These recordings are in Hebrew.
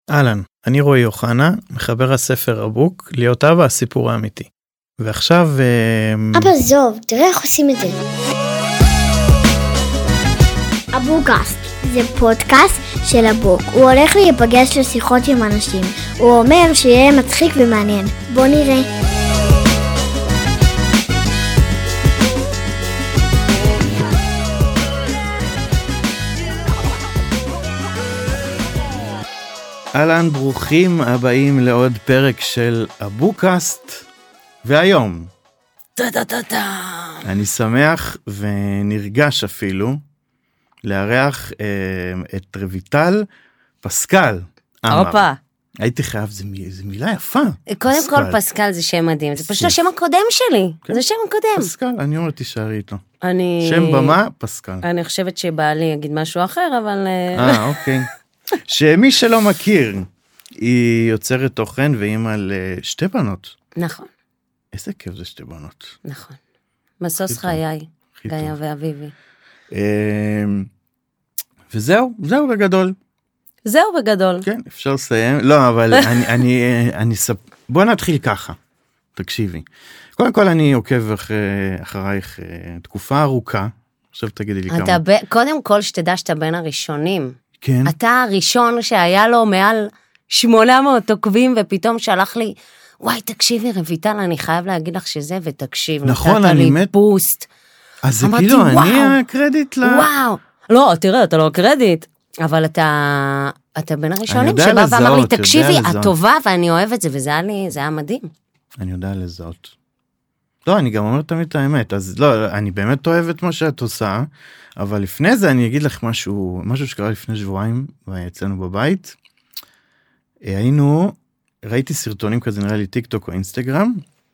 אהלן, אני רועי אוחנה, מחבר הספר הבוק, להיות אבא הסיפור האמיתי. ועכשיו... אבא זוב, תראה איך עושים את זה. אבוקאסט, זה פודקאסט של הבוק. הוא הולך להיפגש לשיחות עם אנשים. הוא אומר שיהיה מצחיק ומעניין. בוא נראה. אהלן, ברוכים הבאים לעוד פרק של אבוקאסט, והיום אני שמח ונרגש אפילו לארח את רויטל פסקל. אופה. הייתי חייב, זו מילה יפה. קודם כל פסקל זה שם מדהים, זה פשוט השם הקודם שלי, זה שם הקודם. פסקל, אני אומרת תישארי איתו. שם במה, פסקל. אני חושבת שבעלי יגיד משהו אחר, אבל... אוקיי. שמי שלא מכיר, היא יוצרת תוכן ואימא לשתי בנות. נכון. איזה כיף זה שתי בנות. נכון. משוש חיי, גאיה ואביבי. וזהו בגדול. זהו בגדול. כן, אפשר לסיים. לא, אבל בוא נתחיל ככה. תקשיבי. קודם כל אני עוקב אחרייך תקופה ארוכה. עכשיו תגידי לי כמה. קודם כל שתדע שאתה בין הראשונים. כן. אתה הראשון שהיה לו מעל 800 עוקבים, ופתאום שלח לי, וואי, תקשיבי רויטל, אני חייב להגיד לך שזה, ותקשיב, נכון, נתת לי מת... בוסט. אז זה כאילו, אני הקרדיט וואו. לא, תראה, אתה לא הקרדיט, אבל אתה בין הראשונים שבא ואמר לי, תקשיבי, את טובה, ואני אוהב את זה, וזה היה מדהים. אני יודע לזהות. לא, אני גם אומר תמיד את האמת, אז לא, אני באמת אוהב את מה שאת עושה, אבל לפני זה אני אגיד לך משהו שקרה לפני שבועיים, אצלנו בבית, ראיתי סרטונים כזה, נראה לי טיק טוק או אינסטגרם,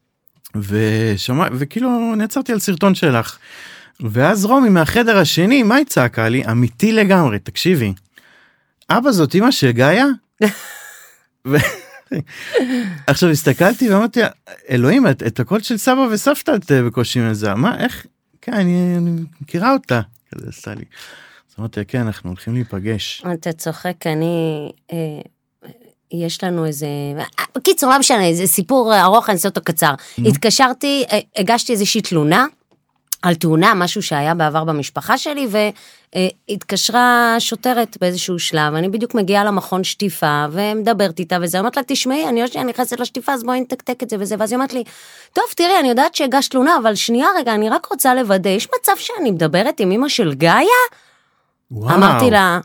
וכאילו נעצרתי על סרטון שלך, ואז רומי מהחדר השני, מה היא צעקה לי? אמיתי לגמרי, תקשיבי, אבא זאת אמא של גאיה? עכשיו הסתכלתי ואמרתי, אלוהים, את הקול של סבא וסבתא את בקושי מזה, מה, איך? כן, אני מכירה אותה. כזה עשתה לי. אז אמרתי, כן, אנחנו הולכים להיפגש. אתה צוחק, יש לנו איזה, קיצור, לא משנה, איזה סיפור ארוך, אני אעשה אותו קצר. התקשרתי, הגשתי איזושהי תלונה, על תאונה, משהו שהיה בעבר במשפחה שלי, והתקשרה שוטרת באיזשהו שלב, אני בדיוק מגיעה למכון שטיפה, ומדברת איתה, וזה אומרת לה, תשמעי, אני נכנסת לשטיפה, אז בואי נתקתק את זה וזה, ואז היא אומרת לי, טוב, תראי, אני יודעת שהגשת תלונה, אבל שנייה רגע, אני רק רוצה לוודא, יש מצב שאני מדברת עם אמא של גאיה? וואו. אמרתי לה,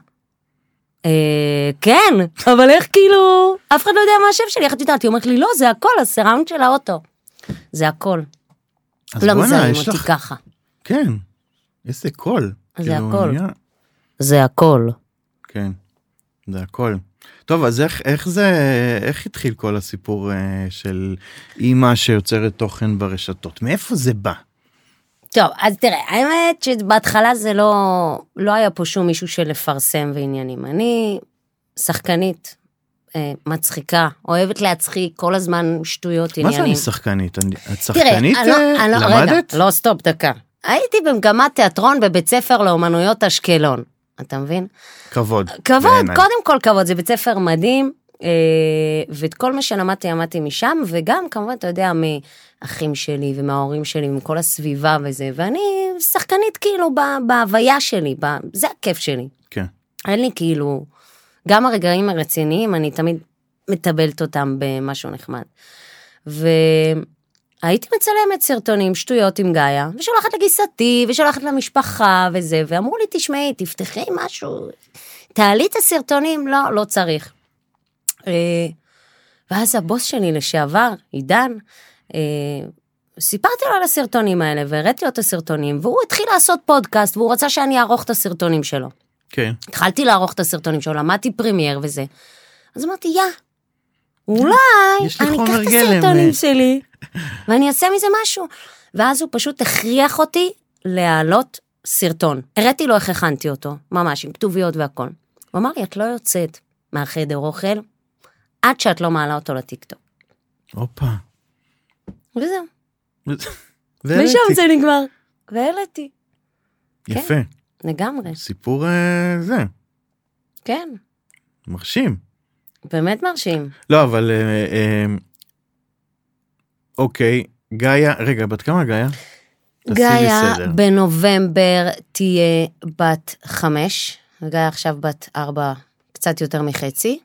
כן, אבל איך כאילו, אף אחד לא יודע מה השם שלי, איך את יודעת, היא אומרת לי, לא, זה הכל, הסיראונד של האוטו, זה הכל. לא מזהים אותי ככה. כן, איזה קול. זה הכל. זה הכל. כן, זה הכל. טוב, אז איך התחיל כל הסיפור של אימא שיוצרת תוכן ברשתות? מאיפה זה בא? טוב, אז תראה, האמת שבהתחלה זה לא היה פה שום מישהו של לפרסם ועניינים. אני שחקנית, מצחיקה, אוהבת להצחיק כל הזמן שטויות עניינים. מה זה אני שחקנית? את שחקנית למדת? רגע, לא, סטופ, דקה. הייתי במגמת תיאטרון בבית ספר לאומנויות אשקלון. אתה מבין? כבוד. כבוד, קודם כל כבוד, זה בית ספר מדהים, ואת כל מה שלמדתי משם, וגם כמובן, אתה יודע, מאחים שלי ומההורים שלי, מכל הסביבה וזה, ואני שחקנית כאילו בהוויה שלי, זה הכיף שלי. כן. אין לי כאילו, גם הרגעים הרציניים, אני תמיד מטבלת אותם במשהו נחמד. הייתי מצלמת סרטונים, שטויות עם גאיה, ושולחת לגיסתי, ושולחת למשפחה וזה, ואמרו לי, תשמעי, תפתחי משהו, תעלי את הסרטונים, לא צריך. ואז הבוס שלי לשעבר, עידן, סיפרתי לו על הסרטונים האלה, והראיתי לו את הסרטונים, והוא התחיל לעשות פודקאסט, והוא רצה שאני אערוך את הסרטונים שלו. כן. התחלתי לערוך את הסרטונים שלו, למדתי פרימייר וזה. אז אמרתי, אולי אני אקח את הסרטונים שלי, ואני אעשה מזה משהו. ואז הוא פשוט הכריח אותי להעלות סרטון. הראיתי לו איך הכנתי אותו, ממש, עם כתוביות והכל. הוא אמר לי, את לא יוצאת מהחדר אוכל, עד שאת לא מעלה אותו לטיקטוק. אופה. וזהו. ושם זה נגמר. והעליתי. יפה. לגמרי. סיפור זה. כן. מרשים. באמת מרשים. לא, אבל אוקיי, גאיה, רגע, בת כמה גאיה? גאיה בנובמבר תהיה בת 5, גאיה עכשיו בת 4, קצת יותר מחצי,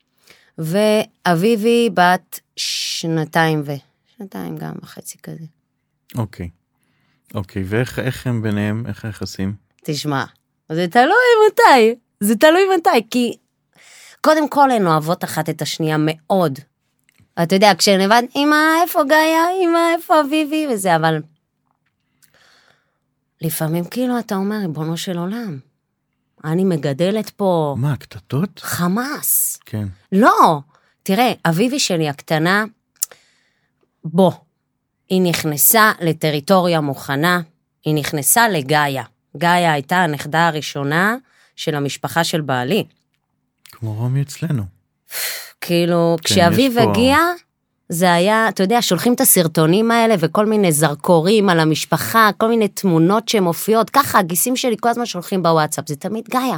ואביבי בת 2 גם וחצי כזה. אוקיי, ואיך הם ביניהם, איך היחסים? תשמע, זה תלוי מתי, כי קודם כל הן אוהבות אחת את השנייה מאוד. אתה יודע, כשהן לבד, אמא, איפה גאיה, אמא, איפה אביבי, וזה, אבל לפעמים כאילו אתה אומר, ריבונו של עולם, אני מגדלת פה... מה, קטטות? חמאס. כן. לא, תראה, אביבי שלי הקטנה, היא נכנסה לטריטוריה מוכנה, היא נכנסה לגאיה. גאיה הייתה הנכדה הראשונה של המשפחה של בעלי. כמו רומי אצלנו. כאילו, כשאביב הגיע, זה היה, אתה יודע, שולחים את הסרטונים האלה, וכל מיני זרקורים על המשפחה, כל מיני תמונות שמופיעות, ככה, הגיסים שלי כל הזמן שולחים בוואטסאפ, זה תמיד גאיה,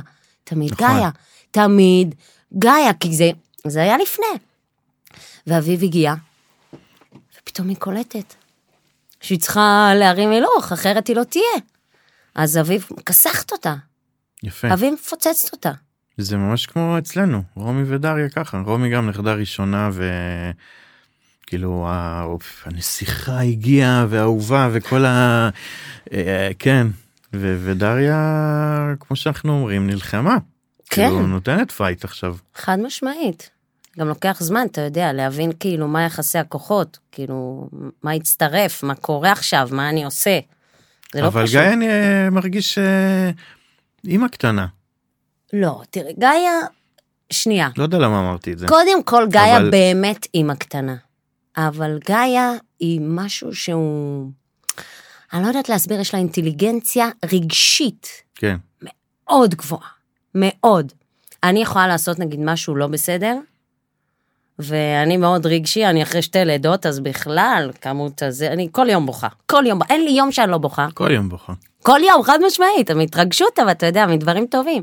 תמיד גאיה, כי זה היה לפני. ואביב הגיע, ופתאום היא קולטת, שהיא צריכה להרים הילוך, אחרת היא לא תהיה. אז אביב כסחת אותה. יפה. אביב מפוצצת אותה. זה ממש כמו אצלנו, רומי ודריה ככה, רומי גם נכדה ראשונה וכאילו הנסיכה הגיעה והאהובה וכל כן, ודריה כמו שאנחנו אומרים נלחמה, כן. כאילו נותנת פייט עכשיו. חד משמעית, גם לוקח זמן, אתה יודע, להבין כאילו מה יחסי הכוחות, כאילו מה יצטרף, מה קורה עכשיו, מה אני עושה. זה לא אבל פשוט. גאיה אני מרגיש אימא קטנה. לא, תראה, גאיה, שנייה. לא יודע למה אמרתי את זה. קודם כל, גאיה באמת אימא קטנה. אבל גאיה היא משהו שהוא, אני לא יודעת להסביר, יש לה אינטליגנציה רגשית. כן. מאוד גבוהה. מאוד. אני יכולה לעשות נגיד משהו לא בסדר, ואני מאוד רגשי, אני אחרי 2 לידות, אז בכלל, כמות הזה, אני כל יום בוכה. כל יום, אין לי יום שאני לא בוכה. כל יום בוכה. כל יום, חד משמעית, מתרגשות, אבל אתה יודע, מדברים טובים.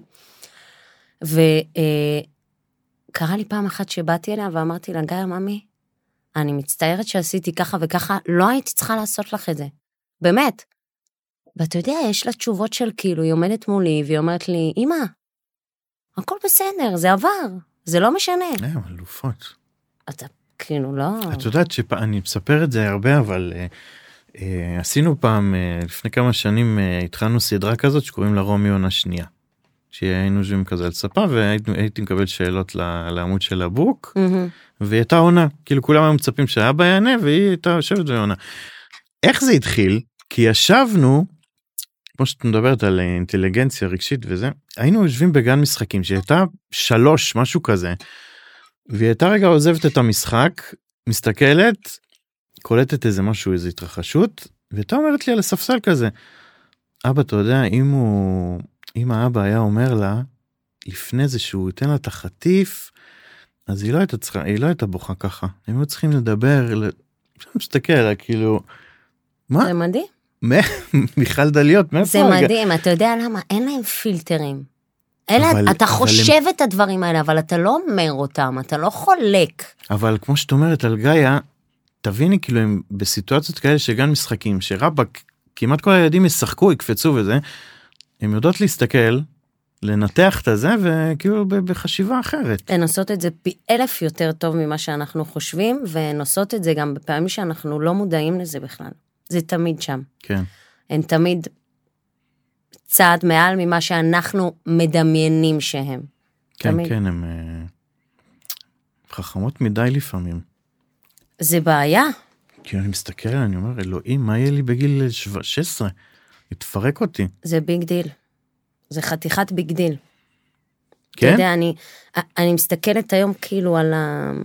וקרה לי פעם אחת שבאתי אליה ואמרתי לה, גאיה, ממי, אני מצטערת שעשיתי ככה וככה, לא הייתי צריכה לעשות לך את זה. באמת. ואתה יודע, יש לה תשובות של כאילו, היא עומדת מולי, והיא אומרת לי, אמא, הכל בסדר, זה עבר, זה לא משנה. הם אלופות. אתה כאילו לא... את יודעת שאני מספר את זה הרבה, אבל עשינו פעם, לפני כמה שנים, התחלנו סדרה כזאת שקוראים לה רומי עונה שנייה. שהיינו יושבים כזה על ספה, והייתי מקבל שאלות לעמוד של הבוק, והיא הייתה עונה, כאילו כולם היו מצפים שהאבא יענה, והיא הייתה יושבת ועונה. איך זה התחיל? כי ישבנו, כמו שאת מדברת על אינטליגנציה רגשית וזה, היינו יושבים בגן משחקים, שהייתה 3, משהו כזה, והיא הייתה רגע עוזבת את המשחק, מסתכלת, קולטת איזה משהו, איזו התרחשות, והייתה אומרת לי על הספסל כזה, אבא, אתה יודע, אם האבא היה אומר לה, לפני זה שהוא ייתן לה את החטיף, אז היא לא הייתה בוכה ככה. הם היו צריכים לדבר, מסתכל, כאילו, מה? זה מדהים. מיכל דליות, מאיפה? זה מדהים, אתה יודע למה? אין להם פילטרים. אתה חושב את הדברים האלה, אבל אתה לא אומר אותם, אתה לא חולק. אבל כמו שאת אומרת על גאיה, תביני, כאילו, הם בסיטואציות כאלה שגן משחקים, שרבק, כמעט כל הילדים ישחקו, יקפצו וזה, הם יודעות להסתכל, לנתח את זה, וכאילו בחשיבה אחרת. הן עושות את זה פי 1000 יותר טוב ממה שאנחנו חושבים, והן עושות את זה גם בפעמים שאנחנו לא מודעים לזה בכלל. זה תמיד שם. כן. הן תמיד צעד מעל ממה שאנחנו מדמיינים שהם. כן, תמיד. כן, הן חכמות מדי לפעמים. זה בעיה. כי אני מסתכל, אני אומר, אלוהים, מה יהיה לי בגיל 16? יתפרק אותי. זה ביג דיל. זה חתיכת ביג דיל. כן? אתה יודע, אני מסתכלת היום כאילו על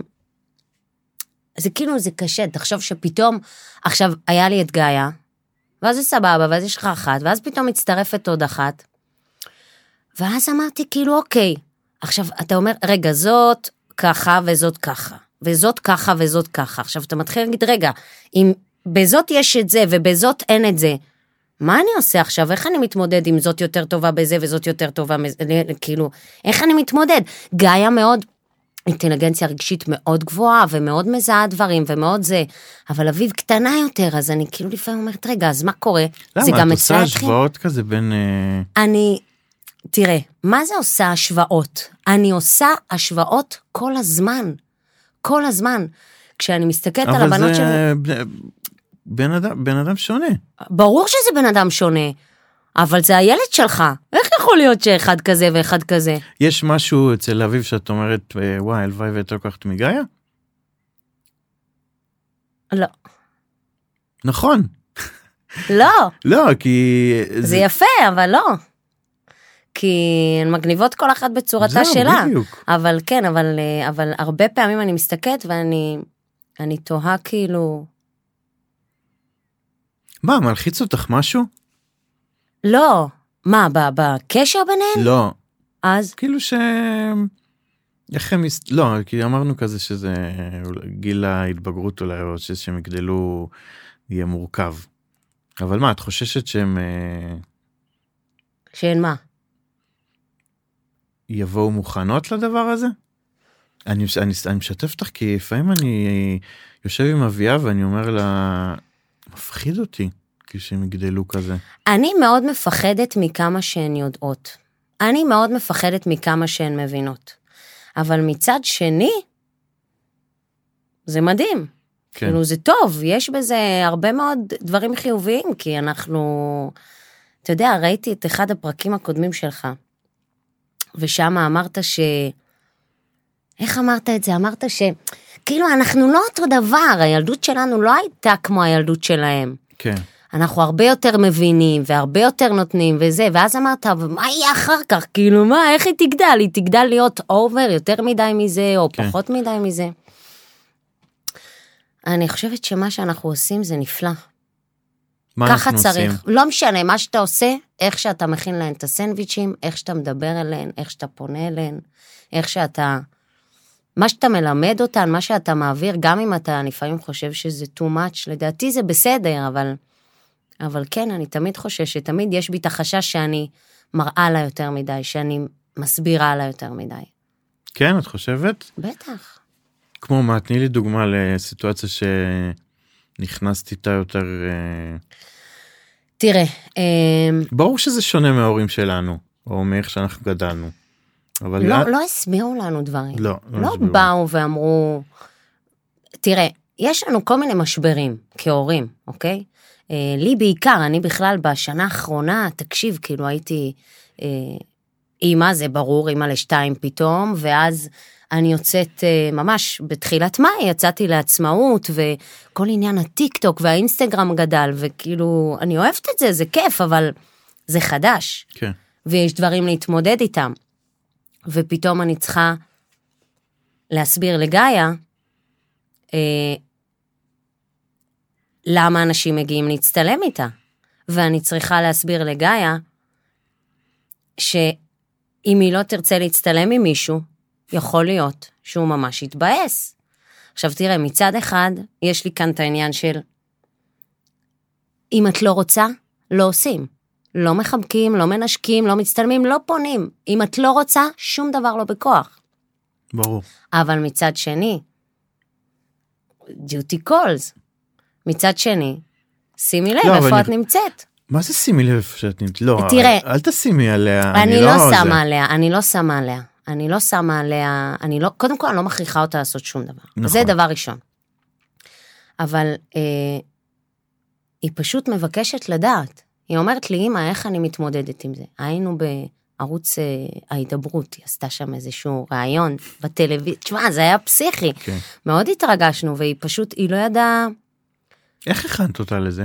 זה כאילו, זה קשה, תחשוב שפתאום, עכשיו היה לי את גאיה, ואז זה סבבה, ואז יש לך אחת, ואז פתאום מצטרפת עוד אחת, ואז אמרתי כאילו, אוקיי, עכשיו אתה אומר, רגע, זאת ככה וזאת ככה, וזאת ככה וזאת ככה, עכשיו אתה מתחיל להגיד, רגע, אם בזאת יש את זה, ובזאת אין את זה, מה אני עושה עכשיו? איך אני מתמודד עם זאת יותר טובה בזה, וזאת יותר טובה, כאילו, איך אני מתמודד? גאיה מאוד, אינטליגנציה רגשית מאוד גבוהה, ומאוד מזהה דברים, ומאוד זה, אבל אביב קטנה יותר, אז אני כאילו לפעמים אומרת, רגע, אז מה קורה? למה, את עושה השוואות כזה בין... תראה, מה זה עושה השוואות? אני עושה השוואות כל הזמן. כל הזמן. כשאני מסתכלת על הבנות שלי... אבל זה בן אדם שונה. ברור שזה בן אדם שונה, אבל זה הילד שלך. איך יכול להיות שאחד כזה ואחד כזה? יש משהו אצל אביב שאת אומרת, וואי, הלוואי ואת לוקחת מגאיה? לא. נכון. לא. לא, כי... זה יפה, אבל לא. כי הן מגניבות כל אחת בצורתה שלה. בדיוק. אבל כן, אבל הרבה פעמים אני מסתכלת ואני תוהה כאילו... מה, מלחיץ אותך משהו? לא. מה, בקשר ביניהם? לא. אז? כאילו ש... איך הם... לא, כי אמרנו כזה שזה גיל ההתבגרות אולי, או שהם יגדלו, יהיה מורכב. אבל מה, את חוששת שהם... שאין מה? יבואו מוכנות לדבר הזה? אני משתף אותך, כי לפעמים אני יושב עם אביה ואני אומר לה, מפחיד אותי כשהם יגדלו כזה. אני מאוד מפחדת מכמה שהן יודעות. אני מאוד מפחדת מכמה שהן מבינות. אבל מצד שני, זה מדהים. כן. כאילו זה טוב, יש בזה הרבה מאוד דברים חיוביים, כי אנחנו, אתה יודע, ראיתי את אחד הפרקים הקודמים שלך, ושם אמרת איך אמרת את זה? אמרת כאילו אנחנו לא אותו דבר, הילדות שלנו לא הייתה כמו הילדות שלהם. כן. אנחנו הרבה יותר מבינים, והרבה יותר נותנים, וזה, ואז אמרת, מה יהיה אחר כך? כאילו, מה, איך היא תגדל? היא תגדל להיות אובר, יותר מדי מזה, או כן. פחות מדי מזה. אני חושבת שמה שאנחנו עושים זה נפלא. מה ככה אנחנו צריך. עושים? לא משנה, מה שאתה עושה, איך שאתה מכין להן את הסנדוויצ'ים, איך שאתה מדבר אליהן, איך שאתה פונה אליהן, איך שאתה... מה שאתה מלמד אותן, מה שאתה מעביר, גם אם אתה לפעמים חושב שזה too much, לדעתי זה בסדר, אבל כן, אני תמיד חוששת, תמיד יש בי את החשש שאני מראה לה יותר מדי, שאני מסבירה לה יותר מדי. כן, את חושבת? בטח. כמו מה, תני לי דוגמה לסיטואציה שנכנסת איתה יותר... תראה, ברור שזה שונה מההורים שלנו, או מאיך שאנחנו גדלנו. אבל לא הסבירו לנו דברים. לא הסבירו. באו ואמרו, תראה, יש לנו כל מיני משברים כהורים, אוקיי? לי בעיקר, אני בכלל בשנה האחרונה, תקשיב, כאילו הייתי אימא, זה ברור, אימא לשתיים פתאום, ואז אני יוצאת ממש בתחילת מאי, יצאתי לעצמאות, וכל עניין הטיק טוק והאינסטגרם גדל, וכאילו, אני אוהבת את זה, זה כיף, אבל זה חדש. כן. ויש דברים להתמודד איתם. ופתאום אני צריכה להסביר לגאיה, למה אנשים מגיעים להצטלם איתה. ואני צריכה להסביר לגאיה, שאם היא לא תרצה להצטלם עם מישהו, יכול להיות שהוא ממש יתבאס. עכשיו תראה, מצד אחד, יש לי כאן את העניין של, אם את לא רוצה, לא עושים. לא מחבקים, לא מנשקים, לא מצטלמים, לא פונים. אם את לא רוצה, שום דבר לא בכוח. ברור. אבל מצד שני, duty calls. מצד שני, שימי לב איפה את נמצאת. מה זה שימי לב איפה שאת נמצאת? לא, תראה, אל תשימי עליה. אני לא שמה עליה, אני לא שמה עליה, קודם כל אני לא מכריחה אותה לעשות שום דבר. נכון. זה דבר ראשון. אבל היא פשוט מבקשת לדעת. היא אומרת לי, אמא, איך אני מתמודדת עם זה? היינו בערוץ ההידברות, היא עשתה שם איזשהו רעיון בטלוויזיה, תשמע, זה היה פסיכי. כן. מאוד התרגשנו, והיא פשוט, היא לא ידעה... איך הכנת אותה לזה?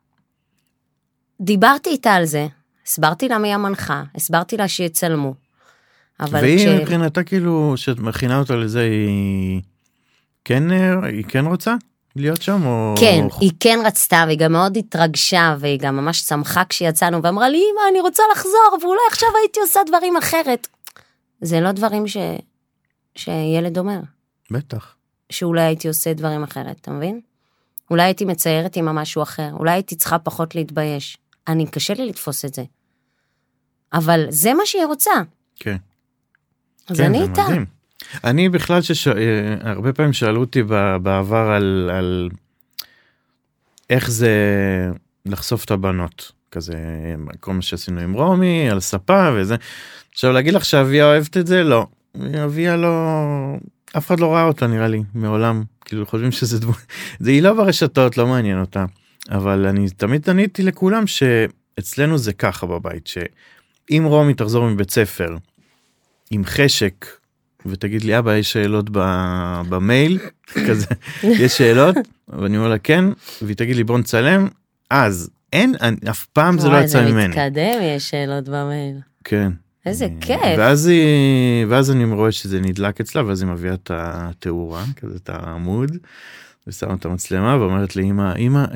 דיברתי איתה על זה, הסברתי לה מי המנחה, הסברתי לה שיצלמו. והיא מבחינתה כאילו, שאת מכינה אותה לזה, היא כן רוצה להיות שם? או... כן, היא כן רצתה, והיא גם מאוד התרגשה, והיא גם ממש שמחה כשיצאנו, ואמרה לי, אמא, אני רוצה לחזור, ואולי עכשיו הייתי עושה דברים אחרת. זה לא דברים שילד אומר. בטח. שאולי הייתי עושה דברים אחרת, אתה מבין? אולי הייתי מציירת עם משהו אחר, אולי הייתי צריכה פחות להתבייש. קשה לי לתפוס את זה. אבל זה מה שהיא רוצה. כן. אז כן, אני זה איתה. מדהים. אני בכלל הרבה פעמים שאלו אותי בעבר על איך זה לחשוף את הבנות, כזה, כל מה שעשינו עם רומי, על ספה וזה. עכשיו להגיד לך שאביה אוהבת את זה? לא. אביה לא, אף אחד לא ראה אותה נראה לי, מעולם. כאילו חושבים שזה זה היא לא ברשתות, לא מעניין אותה. אבל אני תמיד עניתי לכולם שאצלנו זה ככה בבית, שאם רומי תחזור מבית ספר, עם חשק, ותגיד לי, אבא, יש שאלות במייל, כזה, יש שאלות, ואני אומר לה, כן, והיא תגיד לי, בוא נצלם, אז אין, אף פעם זה לא יצא ממני. זה מתקדם, יש שאלות במייל. כן. איזה כיף. ואז אני רואה שזה נדלק אצלה, ואז היא מביאה את התאורה, כזה את העמוד, ושמה את המצלמה, ואומרת לי, אמא,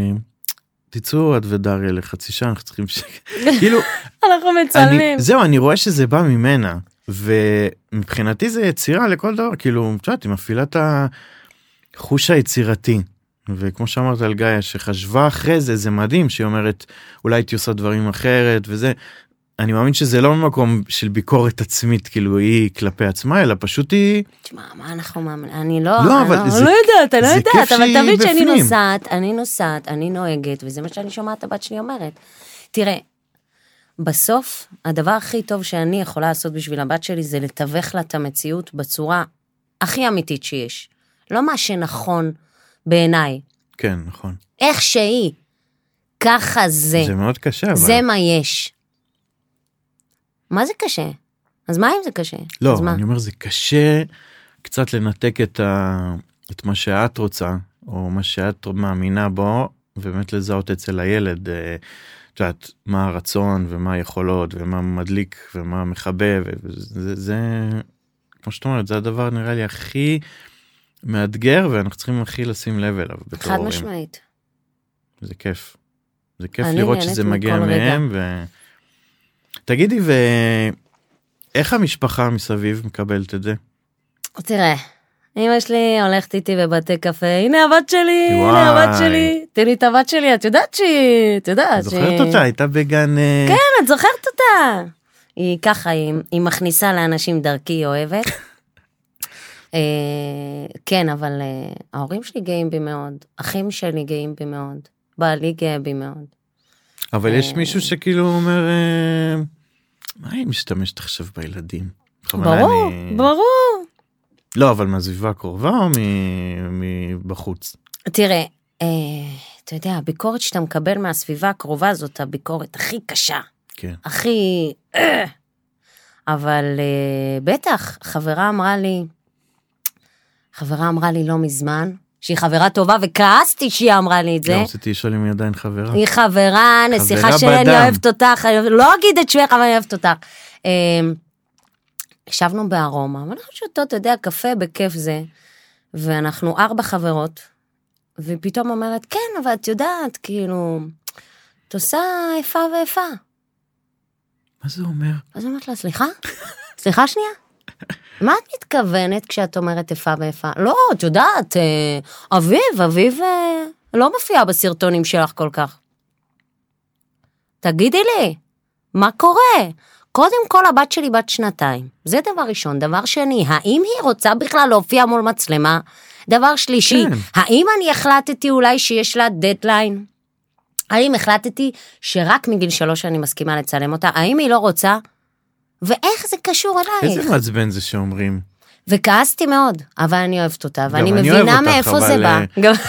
תצאו את ודריה לחצי שעה, אנחנו צריכים כאילו, אנחנו מצלמים. זהו, אני רואה שזה בא ממנה, ומבחינתי זה יצירה לכל דבר, כאילו, תשעת, היא מפעילה את החוש היצירתי, וכמו שאמרת על גאיה, שחשבה אחרי זה, זה מדהים, שהיא אומרת, אולי הייתי עושה דברים אחרת, וזה, אני מאמין שזה לא ממקום של ביקורת עצמית, כאילו היא כלפי עצמה, אלא פשוט היא... תשמע, מה אנחנו מאמין? אני לא יודעת, אבל תמיד שאני נוסעת, אני נוהגת, וזה מה שאני שומעת הבת שלי אומרת. תראה, בסוף, הדבר הכי טוב שאני יכולה לעשות בשביל הבת שלי, זה לתווך לה את המציאות בצורה הכי אמיתית שיש. לא מה שנכון בעיניי. כן, נכון. איך שהיא, ככה זה. זה מאוד קשה, אבל... זה מה יש. מה זה קשה? אז מה אם זה קשה? לא, אני אומר, זה קשה קצת לנתק את מה שאת רוצה, או מה שאת מאמינה בו, ובאמת לזהות אצל הילד, את יודעת, מה הרצון, ומה היכולות, ומה מדליק, ומה מחבב, זה, כמו שאת אומרת, זה הדבר נראה לי הכי מאתגר, ואנחנו צריכים הכי לשים לב אליו. חד משמעית. זה כיף. זה כיף לראות שזה מגיע מהם, תגידי, ואיך המשפחה מסביב מקבלת את זה? תראה, אמא שלי הולכת איתי בבתי קפה, הנה הבת שלי, תראי את הבת שלי, את יודעת שהיא, זוכרת אותה, הייתה בגן... כן, את זוכרת אותה. היא ככה, היא מכניסה לאנשים דרכי, היא אוהבת. כן, אבל ההורים שלי גאים בי מאוד, אחים שלי גאים בי מאוד, בעלי גאה בי מאוד. אבל יש מישהו שכאילו אומר... מה היא משתמשת עכשיו בילדים? ברור. לא, אבל מהסביבה הקרובה או מבחוץ? תראה, אתה יודע, הביקורת שאתה מקבל מהסביבה הקרובה זאת הביקורת הכי קשה. כן. הכי... אבל בטח, חברה אמרה לי לא מזמן, שהיא חברה טובה, וכעסתי שהיא אמרה לי את זה. לא, רציתי לשאול אם היא עדיין חברה. היא חברה, נסיכה שלי, אני אוהבת אותך, לא אגיד את שמך, אבל אני אוהבת אותך. ישבנו בארומה, ואנחנו שותות, אתה יודע, קפה בכיף זה, ואנחנו 4 חברות, ופתאום אומרת, כן, אבל את יודעת, כאילו, את עושה איפה ואיפה. מה זה אומר? אז אומרת לה, סליחה שנייה? מה את מתכוונת כשאת אומרת איפה ואיפה? לא, את יודעת, אביב לא מופיע בסרטונים שלך כל כך. תגידי לי, מה קורה? קודם כל הבת שלי בת 2, זה דבר ראשון. דבר שני, האם היא רוצה בכלל להופיע מול מצלמה? דבר שלישי, כן. האם אני החלטתי אולי שיש לה דדליין? האם החלטתי שרק מגיל 3 אני מסכימה לצלם אותה? האם היא לא רוצה? ואיך זה קשור עלייך? איזה מעצבן זה שאומרים? וכעסתי מאוד, אבל אני אוהבת אותה, ואני מבינה מאיפה זה בא.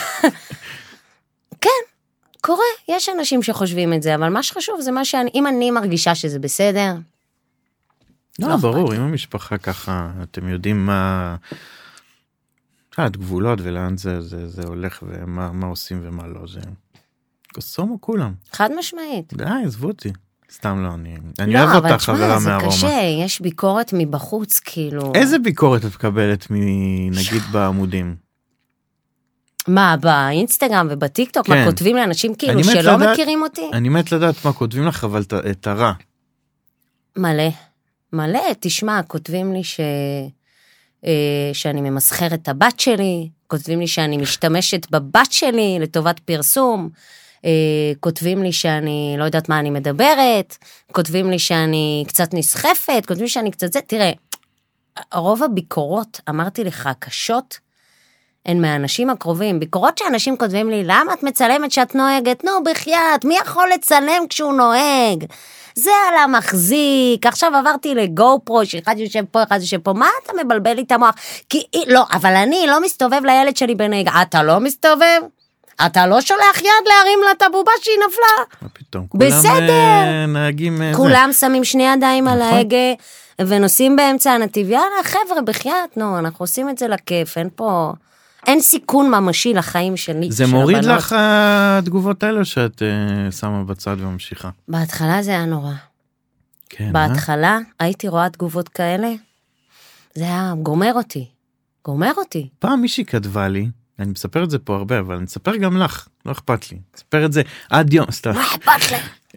כן, קורה, יש אנשים שחושבים את זה, אבל מה שחשוב זה מה אם אני מרגישה שזה בסדר. לא, ברור, אם המשפחה ככה, אתם יודעים מה... גבולות ולאן זה הולך, ומה עושים ומה לא, זה... קוסומו כולם. חד משמעית. די, עזבו אותי. סתם לא, אני אוהב אותך חברה מהארומה. זה קשה, יש ביקורת מבחוץ, כאילו... איזה ביקורת את מקבלת נגיד בעמודים? מה, באינסטגרם ובטיקטוק, מה כותבים לאנשים כאילו שלא מכירים אותי? אני מת לדעת מה כותבים לך, אבל את הרע. מלא, תשמע, כותבים לי שאני ממסחרת את הבת שלי, כותבים לי שאני משתמשת בבת שלי לטובת פרסום, כותבים לי שאני לא יודעת מה אני מדברת, כותבים לי שאני קצת נסחפת, כותבים לי שאני קצת זה, תראה, רוב הביקורות, אמרתי לך, קשות, הן מהאנשים הקרובים. ביקורות שאנשים כותבים לי, למה את מצלמת שאת נוהגת? נו, בחייאת, מי יכול לצלם כשהוא נוהג? זה על המחזיק, עכשיו עברתי לגו פרו, שאחד יושב פה, אחד יושב פה, מה אתה מבלבל לי את המוח? כי, לא, אבל אני לא מסתובב לילד שלי בנהיגה, אתה לא מסתובב? אתה לא שולח יד להרים לה את הבובה שהיא נפלה? מה פתאום? בסדר. כולם נהגים... כולם שמים שני ידיים על ההגה, ונוסעים באמצע הנתיב, יאללה, חבר'ה, בחייאת, נו, אנחנו עושים את זה לכיף, אין פה... אין סיכון ממשי לחיים שלי. זה מוריד לך התגובות האלה שאת שמה בצד וממשיכה? בהתחלה זה היה נורא. כן, בהתחלה הייתי רואה תגובות כאלה, זה היה גומר אותי. פעם מישהי כתבה לי, אני מספר את זה פה הרבה, אבל אני אספר גם לך, לא אכפת לי. אספר את זה עד יום, סתם. מה אכפת לי?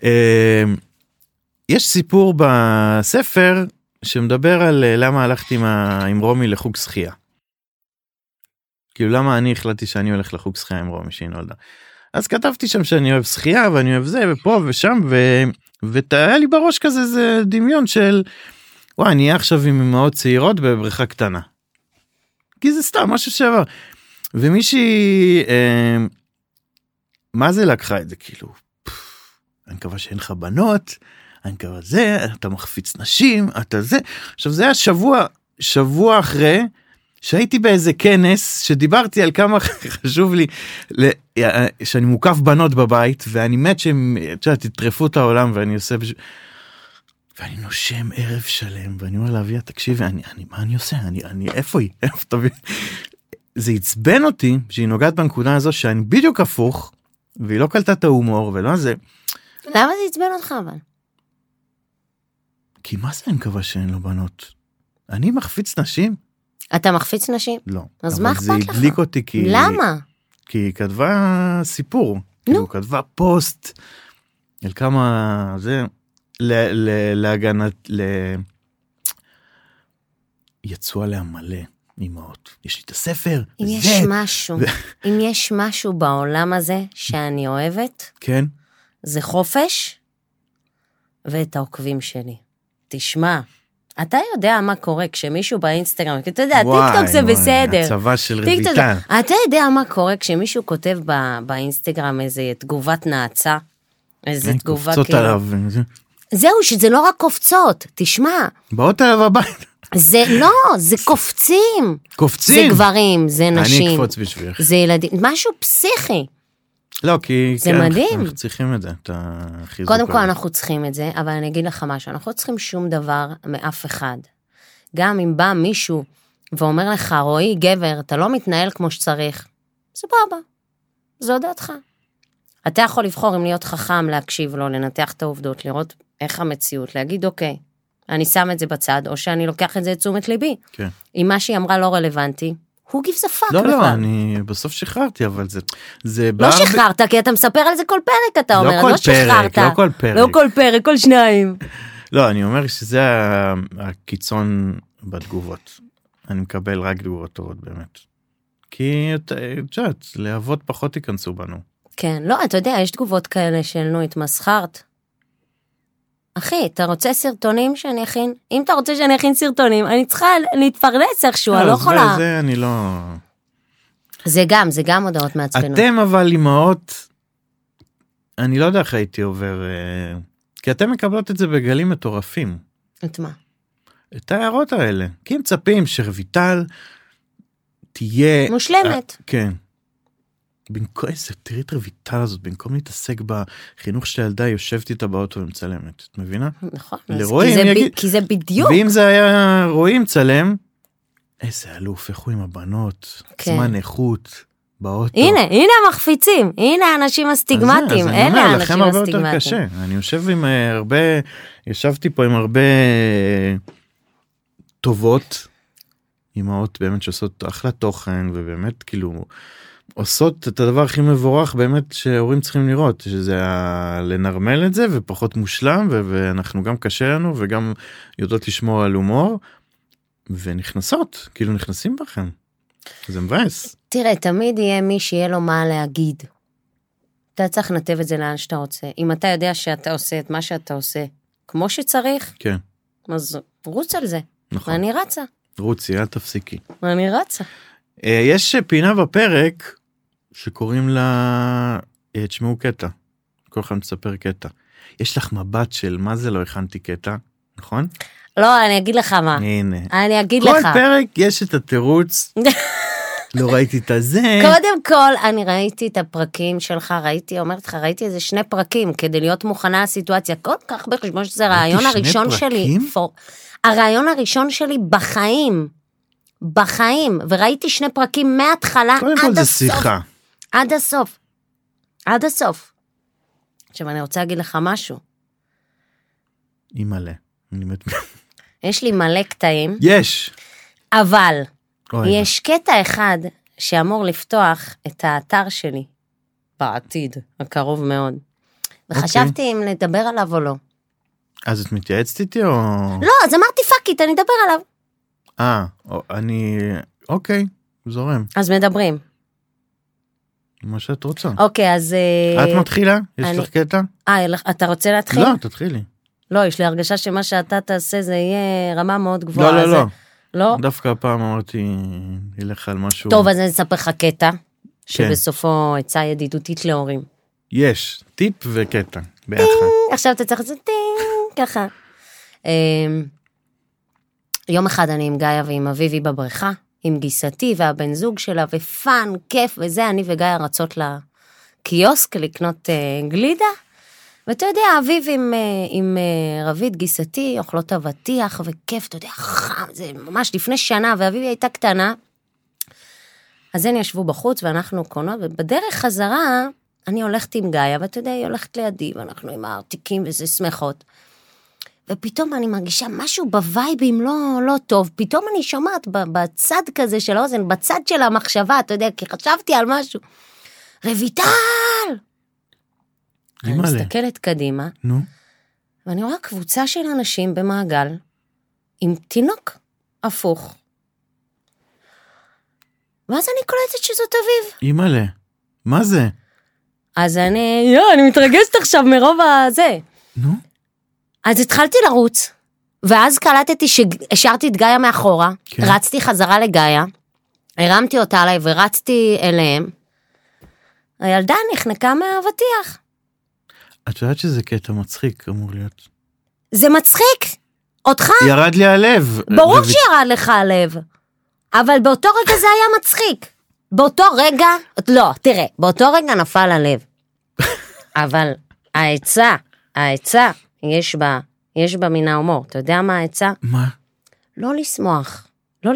יש סיפור בספר שמדבר על למה הלכתי עם רומי לחוג שחייה. כאילו למה אני החלטתי שאני הולך לחוג שחייה עם רומי שהיא נולדה. אז כתבתי שם שאני אוהב שחייה ואני אוהב זה ופה ושם והיה לי בראש כזה איזה דמיון של וואי אני אהיה עכשיו עם אמהות צעירות בבריכה קטנה. כי זה סתם משהו שעבר. ומישהי מה זה לקחה את זה כאילו אני מקווה שאין לך בנות אני מקווה זה אתה מחפיץ נשים אתה זה. עכשיו זה היה שבוע אחרי שהייתי באיזה כנס שדיברתי על כמה חשוב לי שאני מוקף בנות בבית ואני מת שהם תטרפו את העולם ואני עושה ואני נושם ערב שלם ואני אומר להביא תקשיבי מה אני עושה איפה היא איפה תביא זה עצבן אותי שהיא נוגעת בנקודה הזו שאני בדיוק הפוך והיא לא קלטה את ההומור ולא זה. למה זה עצבן אותך אבל? כי מה זה אני מקווה שאין לו בנות? אני מחפיץ נשים? אתה מחפיץ נשים? לא. אז מה אכפת לך? אבל זה הדליק אותי כי... למה? כי היא כתבה סיפור. כאילו כתבה פוסט על כמה זה להגנת יצאו עליה מלא אמהות. יש לי את הספר. אם יש משהו בעולם הזה שאני אוהבת, כן. זה חופש ואת העוקבים שלי. תשמע, אתה יודע מה קורה כשמישהו באינסטגרם, כי אתה יודע, טיקטוק זה בסדר. הצבא של רויטל. אתה יודע מה קורה כשמישהו כותב באינסטגרם איזה תגובת נעצה, איזה תגובה קופצות עליו. זהו, שזה לא רק קופצות, תשמע. באות עליו הבית. זה לא, זה קופצים. קופצים? זה גברים, זה נשים. אני אקפוץ בשבילך. זה ילדים, משהו פסיכי. לא, כי... זה מדהים. אנחנו צריכים את זה, את החיזוק. קודם כל אנחנו צריכים את זה, אבל אני אגיד לך משהו, אנחנו לא צריכים שום דבר מאף אחד. גם אם בא מישהו ואומר לך, רואי גבר, אתה לא מתנהל כמו שצריך, סבבה, זו דעתך. אתה יכול לבחור אם להיות חכם, להקשיב לו, לנתח את העובדות, לראות איך המציאות, להגיד אוקיי, אני שם את זה בצד, או שאני לוקח את זה לתשומת ליבי. כן. אם מה שהיא אמרה לא רלוונטי, הוא gives a fuck. לא, אני בסוף שחררתי, אבל זה... לא שחררת, כי אתה מספר על זה כל פרק, אתה אומר, לא שחררת. לא כל פרק. לא כל פרק, כל שניים. לא, אני אומר שזה הקיצון בתגובות. אני מקבל רק תגובות טובות באמת. כי, תשעת, להבות פחות ייכנסו בנו. כן, לא, אתה יודע, יש תגובות כאלה של נו, התמסחרת. אחי, אתה רוצה סרטונים שאני אכין? אם אתה רוצה שאני אכין סרטונים, אני צריכה להתפרנס איכשהו, אני לא יכולה. זה אני לא... זה גם הודעות מעצבנות. אתם אבל אמהות, אני לא יודע איך הייתי עובר, כי אתם מקבלות את זה בגלים מטורפים. את מה? את ההערות האלה. כי הם מצפים שרויטל תהיה... מושלמת. כן. תראי את רויטל הזאת, במקום להתעסק בחינוך של הילדה, יושבת איתה באוטו ומצלמת, את מבינה? נכון, כי זה בדיוק. ואם זה היה רואים צלם, איזה אלוף, איך הוא עם הבנות, זמן איכות, באוטו. הנה המחפיצים, הנה האנשים הסטיגמטיים, אלה האנשים הסטיגמטיים. אני ישבתי פה עם הרבה טובות, אמהות באמת שעושות אחלה תוכן, ובאמת כאילו... עושות את הדבר הכי מבורך באמת שההורים צריכים לראות, שזה לנרמל את זה ופחות מושלם, ואנחנו גם קשה לנו וגם יודעות לשמור על הומור, ונכנסות, כאילו נכנסים בכם. זה מבאס. תראה, תמיד יהיה מי שיהיה לו מה להגיד. אתה צריך לנתב את זה לאן שאתה רוצה. אם אתה יודע שאתה עושה את מה שאתה עושה כמו שצריך, כן. אז רוץ על זה. נכון. ואני רצה. רוצי, אל תפסיקי. אני רצה. יש פינה בפרק שקוראים לה, תשמעו קטע. כל אחד מספר קטע. יש לך מבט של מה זה לא הכנתי קטע, נכון? לא, אני אגיד לך מה. הנה. אני אגיד כל לך. פרק יש את התירוץ. לא ראיתי את הזה. קודם כל, אני ראיתי את הפרקים שלך, אומרת לך, ראיתי איזה 2 פרקים, כדי להיות מוכנה לסיטואציה, כל כך בחשבון שזה הרעיון הראשון שלי. הרעיון הראשון שלי בחיים, וראיתי 2 פרקים מההתחלה עד הסוף. קודם כל זה שיחה. עד הסוף. עכשיו אני רוצה להגיד לך משהו. היא מלא. יש לי מלא קטעים. יש. אבל יש קטע אחד שאמור לפתוח את האתר שלי בעתיד, הקרוב מאוד. וחשבתי אם לדבר עליו או לא. אז את מתייעצת איתי או... לא, אז אמרתי פאקית, אני אדבר עליו. אוקיי, זורם. אז מדברים. מה שאת רוצה. אוקיי, אז... את מתחילה? יש לך קטע? אתה רוצה להתחיל? לא, תתחילי. לא, יש לי הרגשה שמה שאתה תעשה זה יהיה רמה מאוד גבוהה. לא. לא? דווקא הפעם אמרתי, ילך על משהו... טוב, אז אני אספר לך קטע, שבסופו עצה ידידותית להורים. יש, טיפ וקטע, ביחד. עכשיו אתה צריך לעשות טינג, ככה. יום אחד אני עם גאיה ועם אביבי בבריכה, עם גיסתי והבן זוג שלה, ופן, כיף, וזה, אני וגאיה רצות לקיוסק לקנות גלידה, ואתה יודע, אביב עם רבית גיסתי, אוכלות אבטיח וכיף, אתה יודע, חם, זה ממש לפני שנה, ואביבי הייתה קטנה, אז הן ישבו בחוץ, ואנחנו קונות, ובדרך חזרה, אני הולכת עם גאיה, ואתה יודע, היא הולכת לידי, ואנחנו עם הארתיקים וזה שמחות, ופתאום אני מרגישה משהו בווייבים לא טוב, פתאום אני שומעת בצד כזה של האוזן, בצד של המחשבה, אתה יודע, כי חשבתי על משהו, רויטל! אני מסתכלת קדימה, ואני רואה קבוצה של אנשים במעגל, עם תינוק הפוך. ואז אני קולטת שזאת אביב. אימא'לה, מה זה? אז אני מתרגשת עכשיו מרוב הזה. אז התחלתי לרוץ, ואז קלטתי שהשארתי את גאיה מאחורה, רצתי חזרה לגאיה, הרמתי אותה עליי ורצתי אליהם, הילדה נחנקה מהאבטיח. את יודעת שזה קטע מצחיק, אמור להיות. זה מצחיק, אותך? ירד לי הלב. ברור שירד לך הלב, אבל באותו רגע זה היה מצחיק. באותו רגע, לא, תראה, באותו רגע נפל הלב. אבל העצה, יש בה מן ההומור. אתה יודע מה העצה? מה? לא לשמוח. לא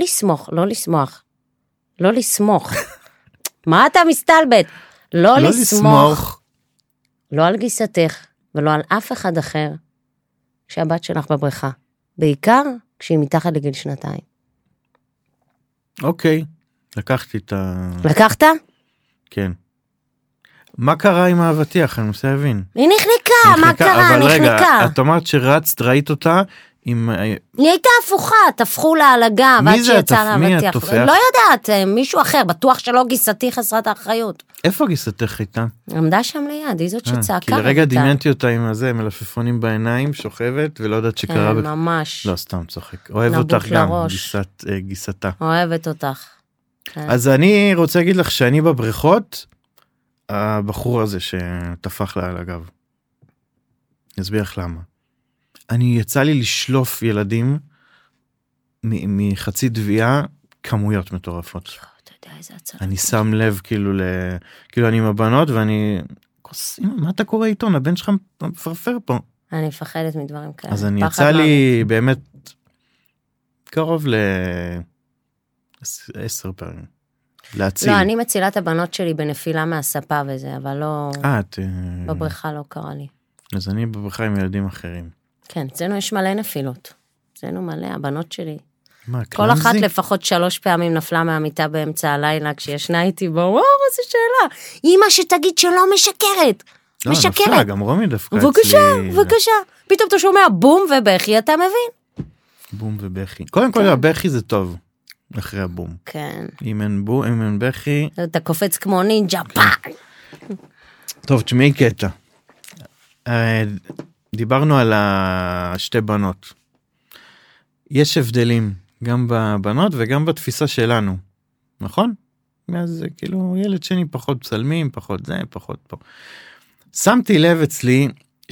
לסמוך. מה אתה מסתלבט? לא לסמוך. לא על גיסתך, ולא על אף אחד אחר, כשהבת שלך בבריכה. בעיקר כשהיא מתחת לגיל 2. אוקיי, לקחתי את לקחת? כן. מה קרה עם האבטיח? אני מנסה להבין. היא נחנקה, מה קרה? אבל רגע, נחנקה. את אמרת שרצת, ראית אותה עם... היא הייתה הפוכה, תפחו לה על הגב, עד שיצא לה אבטיח. לא יודעת, מישהו אחר, בטוח שלא גיסתי חסרת האחריות. איפה גיסתך הייתה? עמדה שם ליד, היא זאת שצעקה. כי לרגע דמיינתי אותה עם הזה, מלפפונים בעיניים, שוכבת, ולא יודעת שקרה... כן, ממש. לא, סתם צוחק. אוהב אותך גם, גיסתה. אוהבת אותך. אז אני רוצה להגיד לך שאני בבריכות, הבחור הזה שטפח לה על הגב. נסביר לך למה. יצא לי לשלוף ילדים מחצי דביעה, כמויות מטורפות. אתה יודע איזה הצעה. אני שם לב כאילו אני עם הבנות ואני, מה אתה קורא עיתון? הבן שלך מפרפר פה. אני מפחדת מדברים כאלה. אז אני יצא לי באמת קרוב ל10 פעמים. להציל. לא, אני מצילה את הבנות שלי בנפילה מהספה וזה, אבל לא... בבריכה לא קרה לי. אז אני בבריכה עם ילדים אחרים. כן, אצלנו יש מלא נפילות. אצלנו מלא, הבנות שלי. מה, כל אחת לפחות 3 פעמים נפלה מהמיטה באמצע הלילה, כשישנה איתי בו, וואו, איזה שאלה. אמא שתגיד שלא משקרת. לא, משקרת. נפלה, גם רומי דווקא בבקשה. פתאום אתה שומע בום ובכי, אתה מבין? בום ובכי. קודם כל, הבכי זה טוב. אחרי הבום. כן. אם אין בכי. אתה קופץ כמו נינג'ה. טוב, תשמעי קטע. דיברנו על 2 בנות. יש הבדלים גם בבנות וגם בתפיסה שלנו, נכון? אז כאילו ילד שני פחות פסלמים, פחות זה, פחות פה. שמתי לב אצלי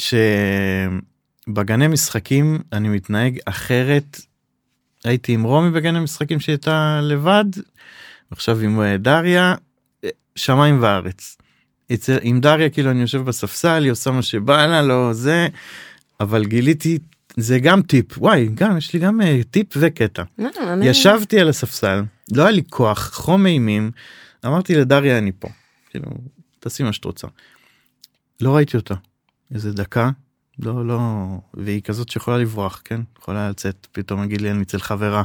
שבגני משחקים אני מתנהג אחרת, הייתי עם רומי בגני משחקים שהייתה לבד, עכשיו עם דריה, שמיים וארץ. עם דריה כאילו אני יושב בספסל, היא עושה מה שבא לה, לא זה, אבל גיליתי, זה גם טיפ, וואי, גם, יש לי גם טיפ וקטע. ישבתי על הספסל, לא היה לי כוח, חום אימים, אמרתי לדריה אני פה, כאילו, תעשי מה שאת רוצה. לא ראיתי אותה, איזה דקה, לא, והיא כזאת שיכולה לברוח, כן? יכולה לצאת, פתאום אגיד לי אני אצל חברה.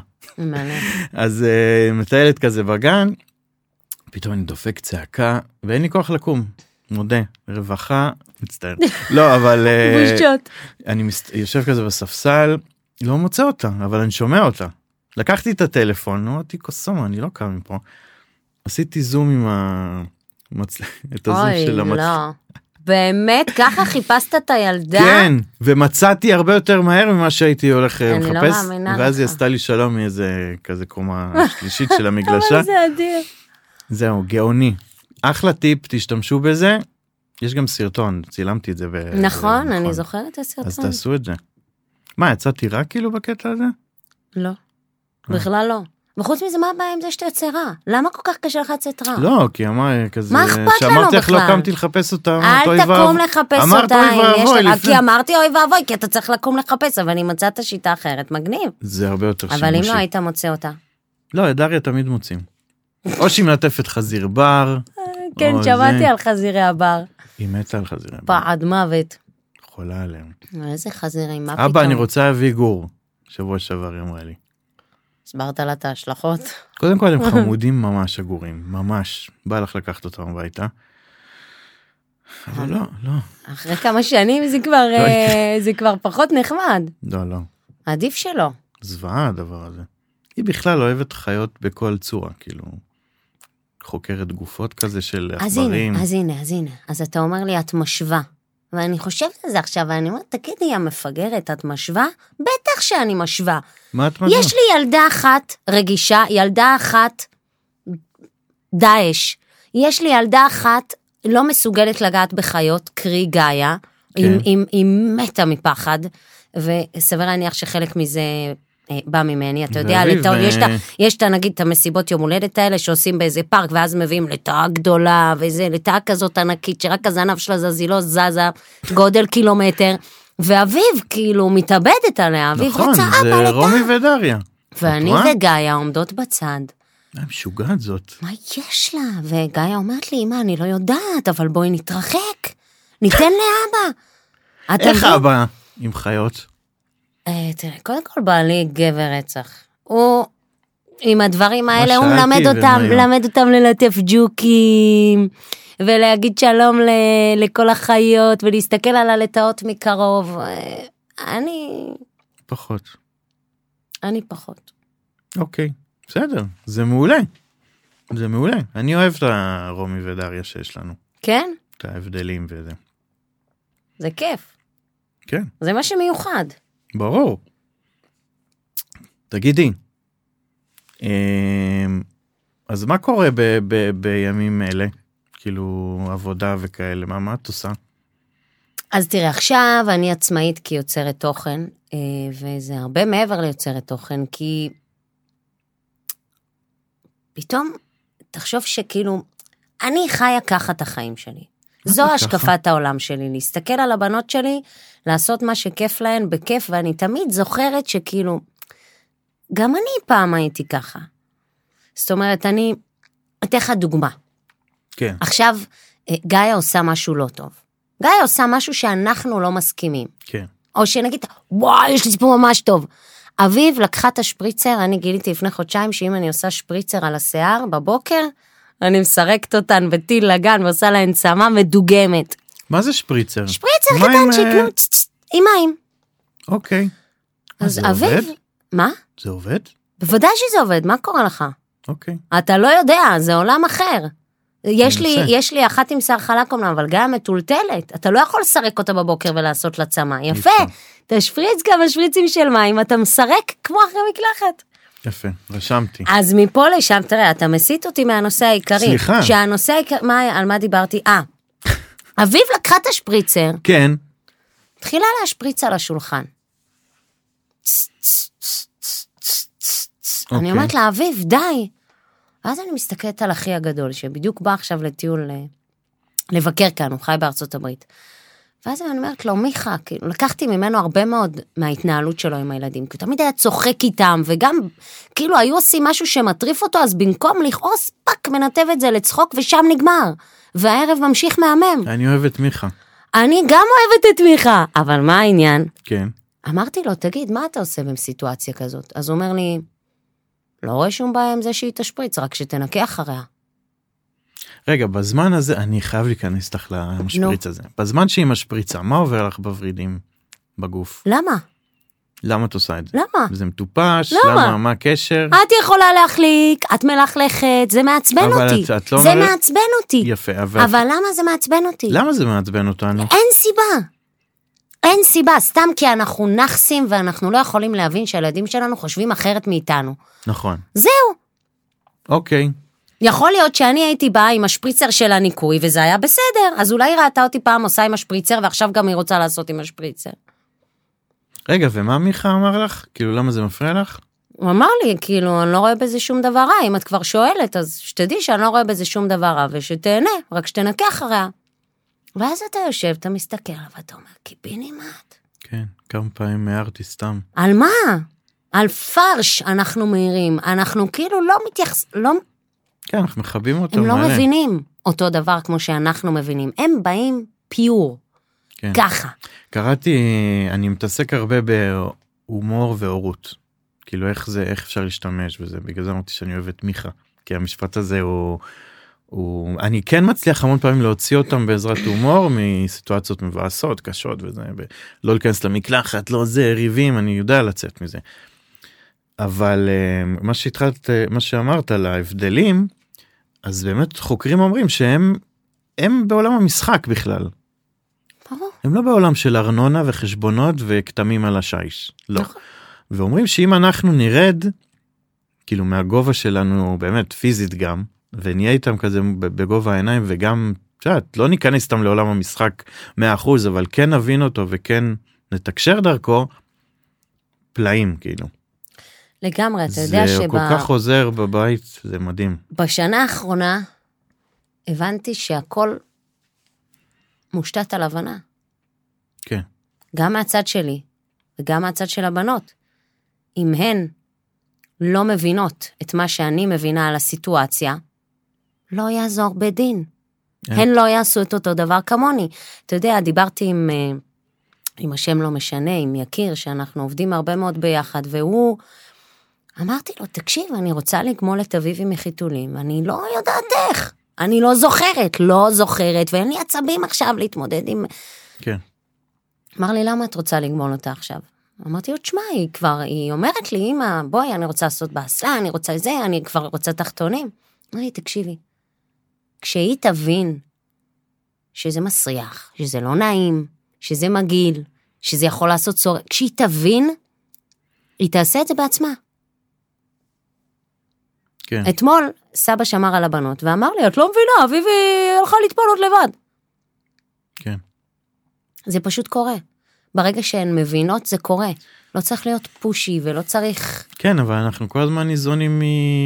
אז מטיילת כזה בגן, פתאום אני דופק צעקה, ואין לי כוח לקום, מודה, רווחה, מצטער. לא, אבל אני יושב כזה בספסל, לא מוצא אותה, אבל אני שומע אותה. לקחתי את הטלפון, אמרתי, קוסומה, אני לא קם מפה. עשיתי זום עם את הזום של אוי, לא. באמת? ככה חיפשת את הילדה? כן, ומצאתי הרבה יותר מהר ממה שהייתי הולך מחפש. אני לא מאמינה לך. ואז היא עשתה לי שלום מאיזה כזה קומה שלישית של המגלשה. אבל זה אדיר. זהו, גאוני. אחלה טיפ, תשתמשו בזה. יש גם סרטון, צילמתי את זה. נכון, אני זוכרת את הסרטון. אז תעשו את זה. מה, יצאתי רע כאילו בקטע הזה? לא, בכלל לא. וחוץ מזה, מה הבעיה עם זה שאתה יוצא רע? למה כל כך קשה לך לצאת רע? לא, כי אמר כזה... מה אכפת לנו בכלל? שאמרתי לך, לא קמתי לחפש אותה. אל תקום לחפש אמרת אותה. אוי ואבוי. כי אמרתי אוי ואבוי, כי אתה צריך לקום לחפש, אבל אני מצאת שיטה אחרת, מגניב. זה הרבה יותר שימושי. אבל אם לא היית מוצא אותה. לא, דריה תמיד מוצאים. או שהיא מלטפת חזיר בר. כן, שמעתי על חזירי הבר. היא מתה על חזירי הבר. פעד מוות. חולה עליהם. איזה חזירים, מה פתאום? אבא, אני רוצה להביא גור. שבוע שעבר היא אמרה לי. הסברת לה את ההשלכות? קודם כל הם חמודים ממש הגורים, ממש. בא לך לקחת אותם הביתה. אבל לא, לא. אחרי כמה שנים זה כבר פחות נחמד. לא, לא. עדיף שלא. זוועה הדבר הזה. היא בכלל אוהבת חיות בכל צורה, כאילו, חוקרת גופות כזה של עכברים. אז הנה. אז אתה אומר לי, את משווה. ואני חושבת על זה עכשיו, ואני אומרת, תגידי, המפגרת, את משווה? בטח שאני משווה. מה את משווה? יש לי ילדה אחת רגישה, ילדה אחת דאעש. יש לי ילדה אחת לא מסוגלת לגעת בחיות, קרי גאיה, כן. היא מתה מפחד, וסבר להניח שחלק מזה בא ממני, אתה יודע, יש את נגיד את המסיבות יום הולדת האלה שעושים באיזה פארק, ואז מביאים לטאה גדולה, וזה לטאה כזאת ענקית, שרק הזנב שלה זז, היא לא זזה, גודל קילומטר, ואביב כאילו מתאבדת עליה, אביב נכון, רוצה אבא לטאה. נכון, זה רומי ודריה. ואני וגאיה עומדות בצד. משוגעת זאת. מה יש לה? וגאיה אומרת לי, אמא, אני לא יודעת, אבל בואי נתרחק, ניתן לאבא. איך אבא עם חיות? תראה, קודם כל בעלי גבר רצח. הוא, עם הדברים האלה, הוא מלמד אותם ללטף ג'וקים, ולהגיד שלום לכל החיות, ולהסתכל על הלטאות מקרוב. אני פחות. אוקיי, בסדר, זה מעולה. זה מעולה. אני אוהב את הרומי ודריה שיש לנו. כן? את ההבדלים וזה. זה כיף. כן. זה מה שמיוחד. ברור. תגידי, אז מה קורה בימים אלה? כאילו עבודה וכאלה, מה את עושה? אז תראה, עכשיו אני עצמאית כיוצרת תוכן, וזה הרבה מעבר ליוצרת תוכן, כי פתאום תחשוב שכאילו, אני חיה ככה את החיים שלי. זו השקפת העולם שלי, להסתכל על הבנות שלי, לעשות מה שכיף להן בכיף, ואני תמיד זוכרת שכאילו, גם אני פעם הייתי ככה. זאת אומרת, אני אתן לך דוגמה. כן. עכשיו, גאיה עושה משהו לא טוב. גאיה עושה משהו שאנחנו לא מסכימים. כן. או שנגיד, וואי, יש לי סיפור ממש טוב. אביב לקחה את השפריצר, אני גיליתי לפני חודשיים, שאם אני עושה שפריצר על השיער בבוקר, אני מסרקת אותן בטיל לגן, ועושה להן צמה מדוגמת. מה זה שפריצר? שפריצר קטן שיקנו, עם מים. אוקיי. אז זה עובד? מה? זה עובד? בוודאי שזה עובד, מה קורה לך? אוקיי. אתה לא יודע, זה עולם אחר. יש לי אחת עם שיער חלק אומנם, אבל גם מטולטלת. אתה לא יכול לסרק אותה בבוקר ולעשות לה צמה. יפה. תשפריץ כמה שפריצים של מים, אתה מסרק כמו אחרי מקלחת. יפה, רשמתי. אז מפה לשם, תראה, אתה מסית אותי מהנושא העיקרי. סליחה. שהנושא העיקרי, על מה דיברתי? אביב לקחה את השפריצר, כן. התחילה להשפריץ על השולחן. אני אומרת לה, אביב, די. ואז אני מסתכלת על אחי הגדול, שבדיוק בא עכשיו לטיול, לבקר כאן, הוא חי בארצות הברית. ואז אני אומרת לו, מיכה, כאילו, לקחתי ממנו הרבה מאוד מההתנהלות שלו עם הילדים, כי הוא תמיד היה צוחק איתם, וגם, כאילו, היו עושים משהו שמטריף אותו, אז במקום לכעוס, פק, מנתב את זה לצחוק, ושם נגמר. והערב ממשיך מהמם. אני אוהב את מיכה. אני גם אוהבת את מיכה, אבל מה העניין? כן. אמרתי לו, תגיד, מה אתה עושה בסיטואציה כזאת? אז הוא אומר לי, לא רואה שום בעיה עם זה שהיא תשפריץ, רק שתנקה אחריה. רגע, בזמן הזה, אני חייב להיכנס לך למשפריץ הזה. בזמן שהיא משפריצה, מה עובר לך בוורידים בגוף? למה? למה את עושה את זה? למה? זה מטופש? למה? למה? מה הקשר? את יכולה להחליק, את מלכלכת, זה מעצבן אותי. את לא זה אומרת... מעצבן אותי. יפה, אבל למה זה מעצבן אותי? למה זה מעצבן אותנו? אין סיבה. אין סיבה, סתם כי אנחנו נחסים ואנחנו לא יכולים להבין שהילדים שלנו חושבים אחרת מאיתנו. נכון. זהו. אוקיי. יכול להיות שאני הייתי באה עם השפריצר של הניקוי, וזה היה בסדר, אז אולי ראתה אותי פעם עושה עם השפריצר, ועכשיו גם היא רוצה לעשות עם השפריצר. רגע, ומה מיכה אמר לך? כאילו, למה זה מפריע לך? הוא אמר לי, כאילו, אני לא רואה בזה שום דבר רע, אם את כבר שואלת, אז שתדעי שאני לא רואה בזה שום דבר רע, ושתהנה, רק שתנקה אחריה. ואז אתה יושב, אתה מסתכל, ואתה אומר, קיבינימט. כן, כמה פעמים הערתי סתם. על מה? על פרש אנחנו מהירים, אנחנו כאילו לא לא... כן, אנחנו מכבים אותו. הם לא מלא. מבינים אותו דבר כמו שאנחנו מבינים, הם באים פיור, כן. ככה. קראתי, אני מתעסק הרבה בהומור והורות. כאילו איך אפשר להשתמש בזה, בגלל זה אמרתי שאני אוהב את מיכה, כי המשפט הזה אני כן מצליח המון פעמים להוציא אותם בעזרת הומור, מסיטואציות מבאסות, קשות וזה, לא להיכנס למקלחת, לא זה, ריבים, אני יודע לצאת מזה. אבל מה שאמרת על ההבדלים, אז באמת חוקרים אומרים שהם בעולם המשחק בכלל. הם לא בעולם של ארנונה וחשבונות וכתמים על השיש. לא. ואומרים שאם אנחנו נרד, כאילו מהגובה שלנו באמת פיזית גם, ונהיה איתם כזה בגובה העיניים, וגם, לא ניכנס איתם לעולם המשחק 100%, אבל כן נבין אותו וכן נתקשר דרכו, פלאים כאילו. לגמרי, אתה יודע זה כל כך עוזר בבית, זה מדהים. בשנה האחרונה, הבנתי שהכל מושתת על הבנה. כן. גם מהצד שלי, וגם מהצד של הבנות. אם הן לא מבינות את מה שאני מבינה על הסיטואציה, לא יעזור בדין. הן לא יעשו את אותו דבר כמוני. אתה יודע, דיברתי עם השם לא משנה, עם יקיר, שאנחנו עובדים הרבה מאוד ביחד, והוא, אמרתי לו, תקשיב, אני רוצה לגמול את אביבי מחיתולים, אני לא יודעת איך, אני לא זוכרת, ואין לי עצבים עכשיו להתמודד עם... כן. אמר לי, למה את רוצה לגמול אותה עכשיו? אמרתי לו, תשמע, היא אומרת לי, אמא, בואי, אני רוצה לעשות באסלה, אני רוצה זה, אני כבר רוצה תחתונים. אמר לי, תקשיבי, כשהיא תבין שזה מסריח, שזה לא נעים, שזה מגעיל, שזה יכול לעשות צורך, כשהיא תבין, היא תעשה את זה בעצמה. כן. אתמול סבא שמר על הבנות, ואמר לי, את לא מבינה, אביבי הלכה להתפנות לבד. כן. זה פשוט קורה. ברגע שהן מבינות, זה קורה. לא צריך להיות פושי, ולא צריך... כן, אבל אנחנו כל הזמן ניזונים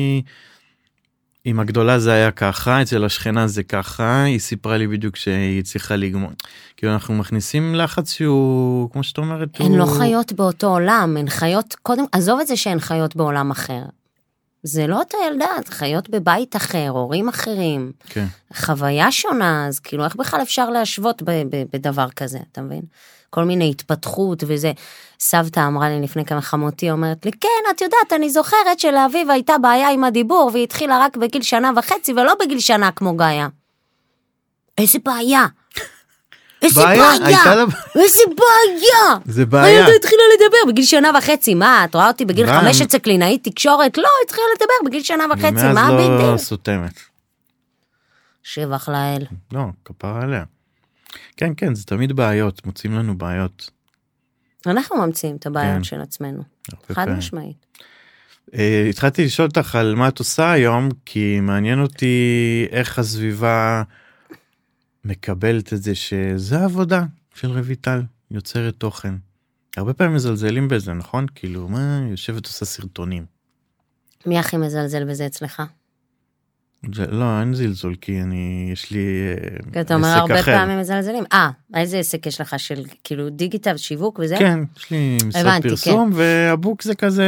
עם הגדולה זה היה ככה, אצל השכנה זה ככה, היא סיפרה לי בדיוק שהיא צריכה לגמור. כאילו אנחנו מכניסים לחץ שהוא, כמו שאת אומרת, הן לא חיות באותו עולם, הן חיות, קודם, עזוב את זה שהן חיות בעולם אחר. זה לא אותה ילדה, חיות בבית אחר, הורים אחרים, כן. חוויה שונה, אז כאילו איך בכלל אפשר להשוות בדבר כזה, אתה מבין? כל מיני התפתחות וזה, סבתא אמרה לי לפני כמה חמותי, אומרת לי, כן, את יודעת, אני זוכרת שלאביב הייתה בעיה עם הדיבור, והיא התחילה רק בגיל 1.5 ולא בגיל שנה כמו גאיה. איזה בעיה? איזה בעיה? איזה בעיה? זה בעיה. הילדה התחילה לדבר בגיל 1.5, מה, את רואה אותי בגיל 5 אצל קלינאית תקשורת? לא, היא התחילה לדבר בגיל 1.5, מה הבידל? ומאז לא סותמת. שבח לאל. לא, כפרה עליה. כן, כן, זה תמיד בעיות, מוצאים לנו בעיות. אנחנו ממציאים את הבעיות של עצמנו. חד משמעית. התחלתי לשאול אותך על מה את עושה היום, כי מעניין אותי איך הסביבה מקבלת את זה שזה עבודה של רויטל, יוצרת תוכן. הרבה פעמים מזלזלים בזה, נכון? כאילו, מה, יושבת עושה סרטונים. מי הכי מזלזל בזה אצלך? לא, אין זלזול, כי יש לי אתה אומר הרבה פעמים מזלזלים. איזה עסק יש לך של כאילו דיגיטל, שיווק וזה? כן, יש לי משרד פרסום, והבוק זה כזה...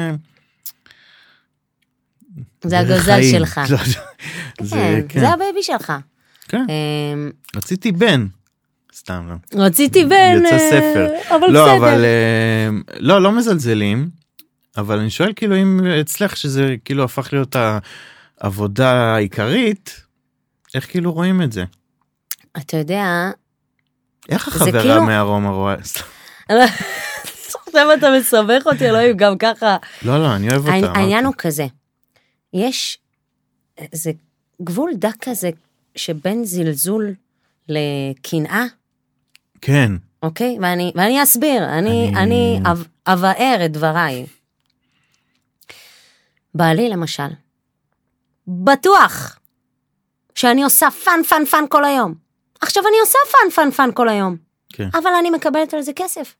זה הגוזל שלך. כן, זה הבייבי שלך. כן, רציתי בן. סתם לא. רציתי בן, יצא ספר. אבל לא, בסדר. אבל, לא מזלזלים, אבל אני שואל כאילו אם אצלך שזה כאילו הפך להיות העבודה העיקרית, איך כאילו רואים את זה? אתה יודע... איך החברה מהרומא רואה? עכשיו אתה מסבך אותי, אלוהים, גם ככה. לא, אני אוהב אותה. העניין הוא כזה, יש, זה גבול דק כזה, שבין זלזול לקנאה. כן. אוקיי? ואני אסביר, אני אבאר את דבריי. בעלי למשל, בטוח שאני עושה פן כל היום. עכשיו אני עושה פן כל היום. כן. אבל אני מקבלת על זה כסף.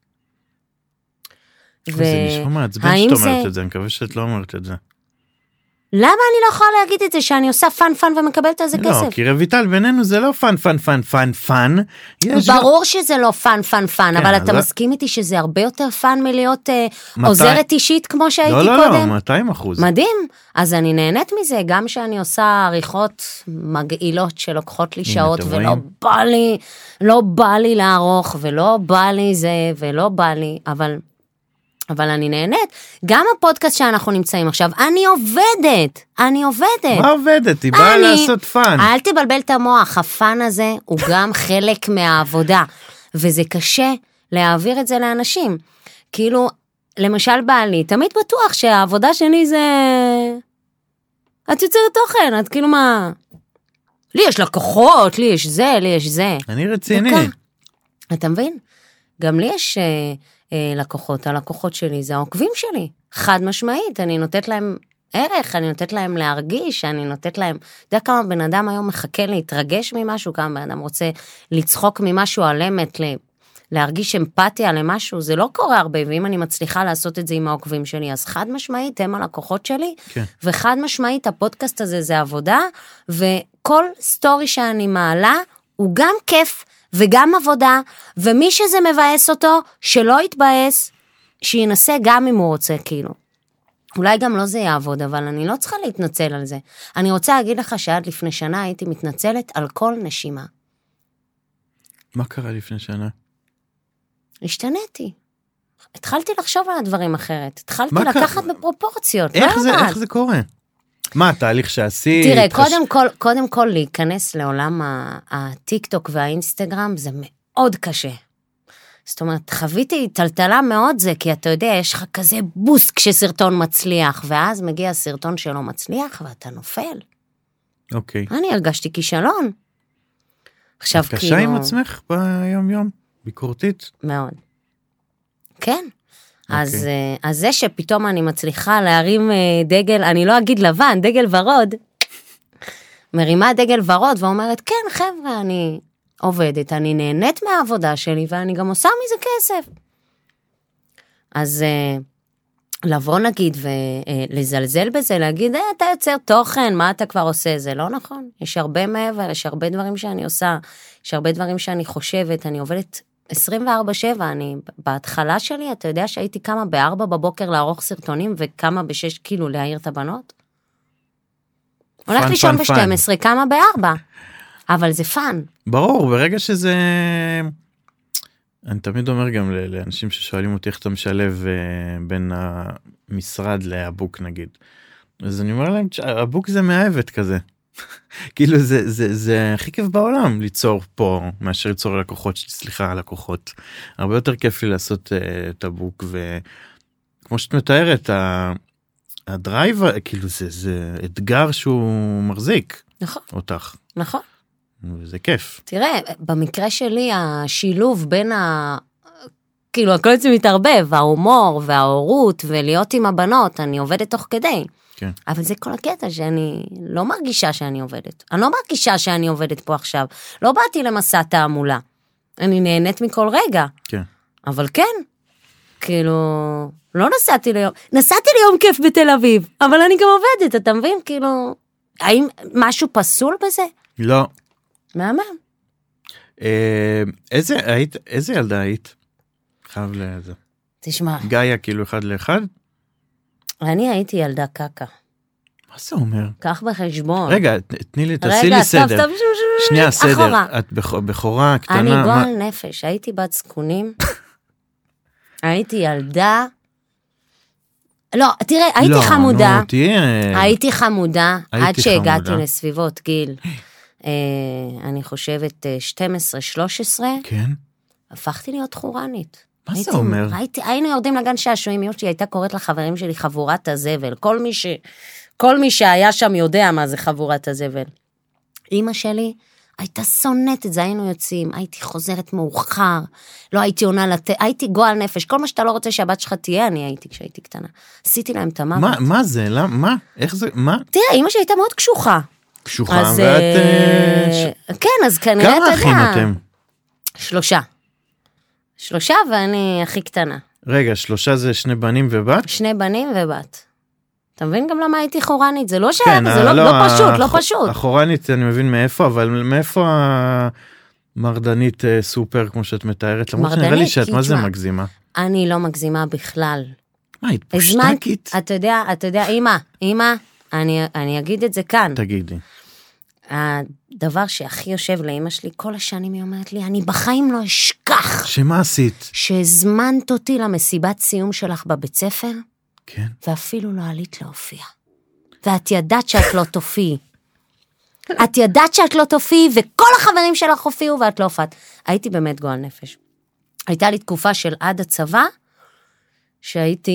זה נשמע מעצבן שאת אומרת את זה, אני מקווה שאת לא אומרת את זה. למה אני לא יכולה להגיד את זה שאני עושה פן ומקבלת על זה כסף? לא, כי רויטל בינינו זה לא פן. ברור שזה לא פן, אבל אתה מסכים איתי שזה הרבה יותר פן מלהיות עוזרת אישית כמו שהייתי קודם? לא, 200%. מדהים, אז אני נהנית מזה, גם שאני עושה עריכות מגעילות שלוקחות לי שעות, ולא בא לי לערוך, ולא בא לי זה, ולא בא לי, אבל אני נהנית. גם הפודקאסט שאנחנו נמצאים עכשיו, אני עובדת. מה עובדת? היא באה לעשות פן. אל תבלבל את המוח, הפן הזה הוא גם חלק מהעבודה, וזה קשה להעביר את זה לאנשים. כאילו, למשל בעלי, תמיד בטוח שהעבודה שלי זה... את יוצרת תוכן, את כאילו מה... לי יש לקוחות, לי יש זה. אני רציני. אתה מבין? גם לי יש... לקוחות, הלקוחות שלי, זה העוקבים שלי, חד משמעית, אני נותנת להם ערך, אני נותנת להם להרגיש, אני נותנת להם, אתה יודע כמה בן אדם היום מחכה להתרגש ממשהו, כמה בן אדם רוצה לצחוק ממשהו על אמת, להרגיש אמפתיה למשהו, זה לא קורה הרבה, ואם אני מצליחה לעשות את זה עם העוקבים שלי, אז חד משמעית הם הלקוחות שלי, כן. וחד משמעית הפודקאסט הזה זה עבודה, וכל סטורי שאני מעלה, הוא גם כיף, וגם עבודה, ומי שזה מבאס אותו, שלא יתבאס, שינסה גם אם הוא רוצה, כאילו. אולי גם לא זה יעבוד, אבל אני לא צריכה להתנצל על זה. אני רוצה להגיד לך שעד לפני שנה הייתי מתנצלת על כל נשימה. מה קרה לפני שנה? השתניתי. התחלתי לחשוב על הדברים אחרת. התחלתי לקחת בפרופורציות. איך זה קורה? מה, התהליך שעשית? תראה, קודם כל להיכנס לעולם הטיק-טוק והאינסטגרם, זה מאוד קשה. זאת אומרת, חוויתי טלטלה מאוד זה, כי אתה יודע, יש לך כזה בוסט כשסרטון מצליח, ואז מגיע סרטון שלא מצליח, ואתה נופל. אוקיי. אני הרגשתי כישלון. עכשיו כאילו... קשה עם עצמך ביום-יום? ביקורתית? מאוד. כן. אז זה שפתאום אני מצליחה להרים דגל, אני לא אגיד לבן, דגל ורוד, מרימה דגל ורוד ואומרת, כן חבר'ה, אני עובדת, אני נהנית מהעבודה שלי, ואני גם עושה מזה כסף. אז לבוא נגיד ולזלזל בזה, להגיד, אתה יוצר תוכן, מה אתה כבר עושה? זה לא נכון. יש הרבה מעבר, יש הרבה דברים שאני עושה, יש הרבה דברים שאני חושבת, אני עובדת 24/7, אני בהתחלה שלי, אתה יודע שהייתי קמה ב4 בבוקר לערוך סרטונים, וקמה ב6 כאילו להעיר את הבנות? הולכת לישון ב12, קמה ב4, אבל זה פן. ברור, ברגע שזה... אני תמיד אומר גם לאנשים ששואלים אותי איך אתה משלב בין המשרד להבוק נגיד. אז אני אומר להם, הבוק זה מאהבת כזה. כאילו זה הכי כיף בעולם ליצור פה מאשר ליצור לקוחות, סליחה לקוחות. הרבה יותר כיף לי לעשות את הבוק, וכמו שאת מתארת, הדרייב, כאילו זה אתגר שהוא מחזיק. נכון. אותך. נכון. וזה כיף. תראה, במקרה שלי השילוב בין כאילו, הכל אצלי מתערבב, ההומור וההורות ולהיות עם הבנות, אני עובדת תוך כדי. כן. אבל זה כל הקטע שאני לא מרגישה שאני עובדת. אני לא מרגישה שאני עובדת פה עכשיו. לא באתי למסע תעמולה. אני נהנית מכל רגע. כן. אבל כן, כאילו, לא נסעתי ליום כיף בתל אביב, אבל אני גם עובדת, אתה מבין? כאילו, האם משהו פסול בזה? לא. מהמם. איזה ילדה היית? חייב לזה. תשמע. גאיה כאילו אחד לאחד? אני הייתי ילדה קקה. מה זה אומר? קח בחשבון. רגע, תני לי, תעשי לי סדר. רגע, שנייה, סדר. אחורה. את בכורה קטנה. אני גועל נפש, הייתי בת זקונים. הייתי ילדה. לא, תראה, הייתי חמודה. הייתי חמודה, עד שהגעתי לסביבות גיל. אני חושבת 12-13. כן. הפכתי להיות חורנית. מה זה אומר? היינו יורדים לגן שעשועים, אמא שלי הייתה קוראת לחברים שלי חבורת הזבל. כל מי שהיה שם יודע מה זה חבורת הזבל. אמא שלי הייתה שונאת את זה, היינו יוצאים, הייתי חוזרת מאוחר, לא הייתי עונה הייתי גועל נפש, כל מה שאתה לא רוצה שהבת שלך תהיה, אני הייתי כשהייתי קטנה. עשיתי להם את המוות. מה זה? מה? איך זה? מה? תראה, אמא שלי הייתה מאוד קשוחה. קשוחה, ואת... כן, אז כנראה, אתה יודע. כמה אחים אתם? 3 ואני הכי קטנה. רגע, 3 זה 2 בנים ובת? 2 בנים ובת. אתה מבין גם למה הייתי חורנית? זה לא שהיה, זה לא פשוט, לא פשוט. החורנית אני מבין מאיפה, אבל מאיפה המרדנית סופר, כמו שאת מתארת? למרות שנראה לי שאת מה זה מגזימה? אני לא מגזימה בכלל. מה, היית פושטקית? אתה יודע, אמא, אני אגיד את זה כאן. תגידי. הדבר שהכי יושב לאמא שלי, כל השנים היא אומרת לי, אני בחיים לא אשכח. שמה עשית? שהזמנת אותי למסיבת סיום שלך בבית ספר, כן. ואפילו לא עלית להופיע. ואת ידעת שאת לא תופיעי. את ידעת שאת לא תופיעי, וכל החברים שלך הופיעו, ואת לא הופעת. הייתי באמת גועל נפש. הייתה לי תקופה של עד הצבא, שהייתי...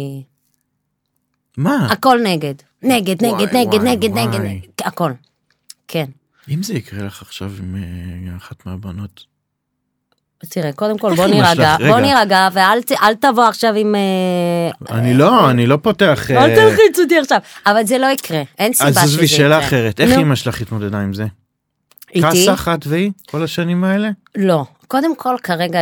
מה? הכל נגד. נגד, הכל. כן. אם זה יקרה לך עכשיו עם אחת מהבנות... תראה, קודם כל בוא נירגע, ואל תבוא עכשיו עם... אני לא פותח... אל תלחיץ אותי עכשיו, אבל זה לא יקרה, אין סיבה שזה יקרה. אז עזבי שאלה אחרת, איך אמא שלך התמודדה עם זה? איתי? כסח את והיא כל השנים האלה? לא, קודם כל כרגע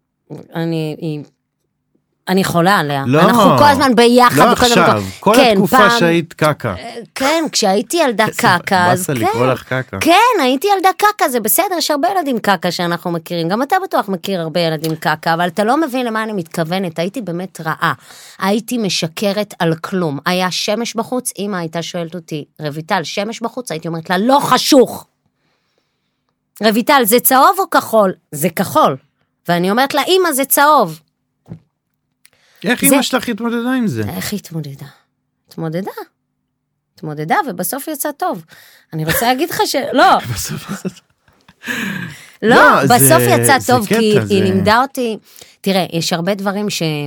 אני חולה עליה. לא. אנחנו כל הזמן ביחד. לא עכשיו, כל התקופה שהיית קקה. כן, כשהייתי ילדה קקה, אז כן. לקרוא לך קקה. כן, הייתי ילדה קקה, זה בסדר, יש הרבה ילדים קקה שאנחנו מכירים, גם אתה בטוח מכיר הרבה ילדים קקה, אבל אתה לא מבין למה אני מתכוונת, הייתי באמת רעה, הייתי משקרת על כלום, היה שמש בחוץ, אמא הייתה שואלת אותי, רויטל, שמש בחוץ, הייתי אומרת לה, לא חשוך. רויטל, זה צהוב או כחול? זה כחול. ואני אומרת לה, אמא, זה צהוב. איך אמא שלך התמודדה עם זה? איך התמודדה? התמודדה, ובסוף יצא טוב. אני רוצה להגיד לך לא. לא, בסוף יצא טוב, כי היא לימדה אותי, תראה, יש הרבה דברים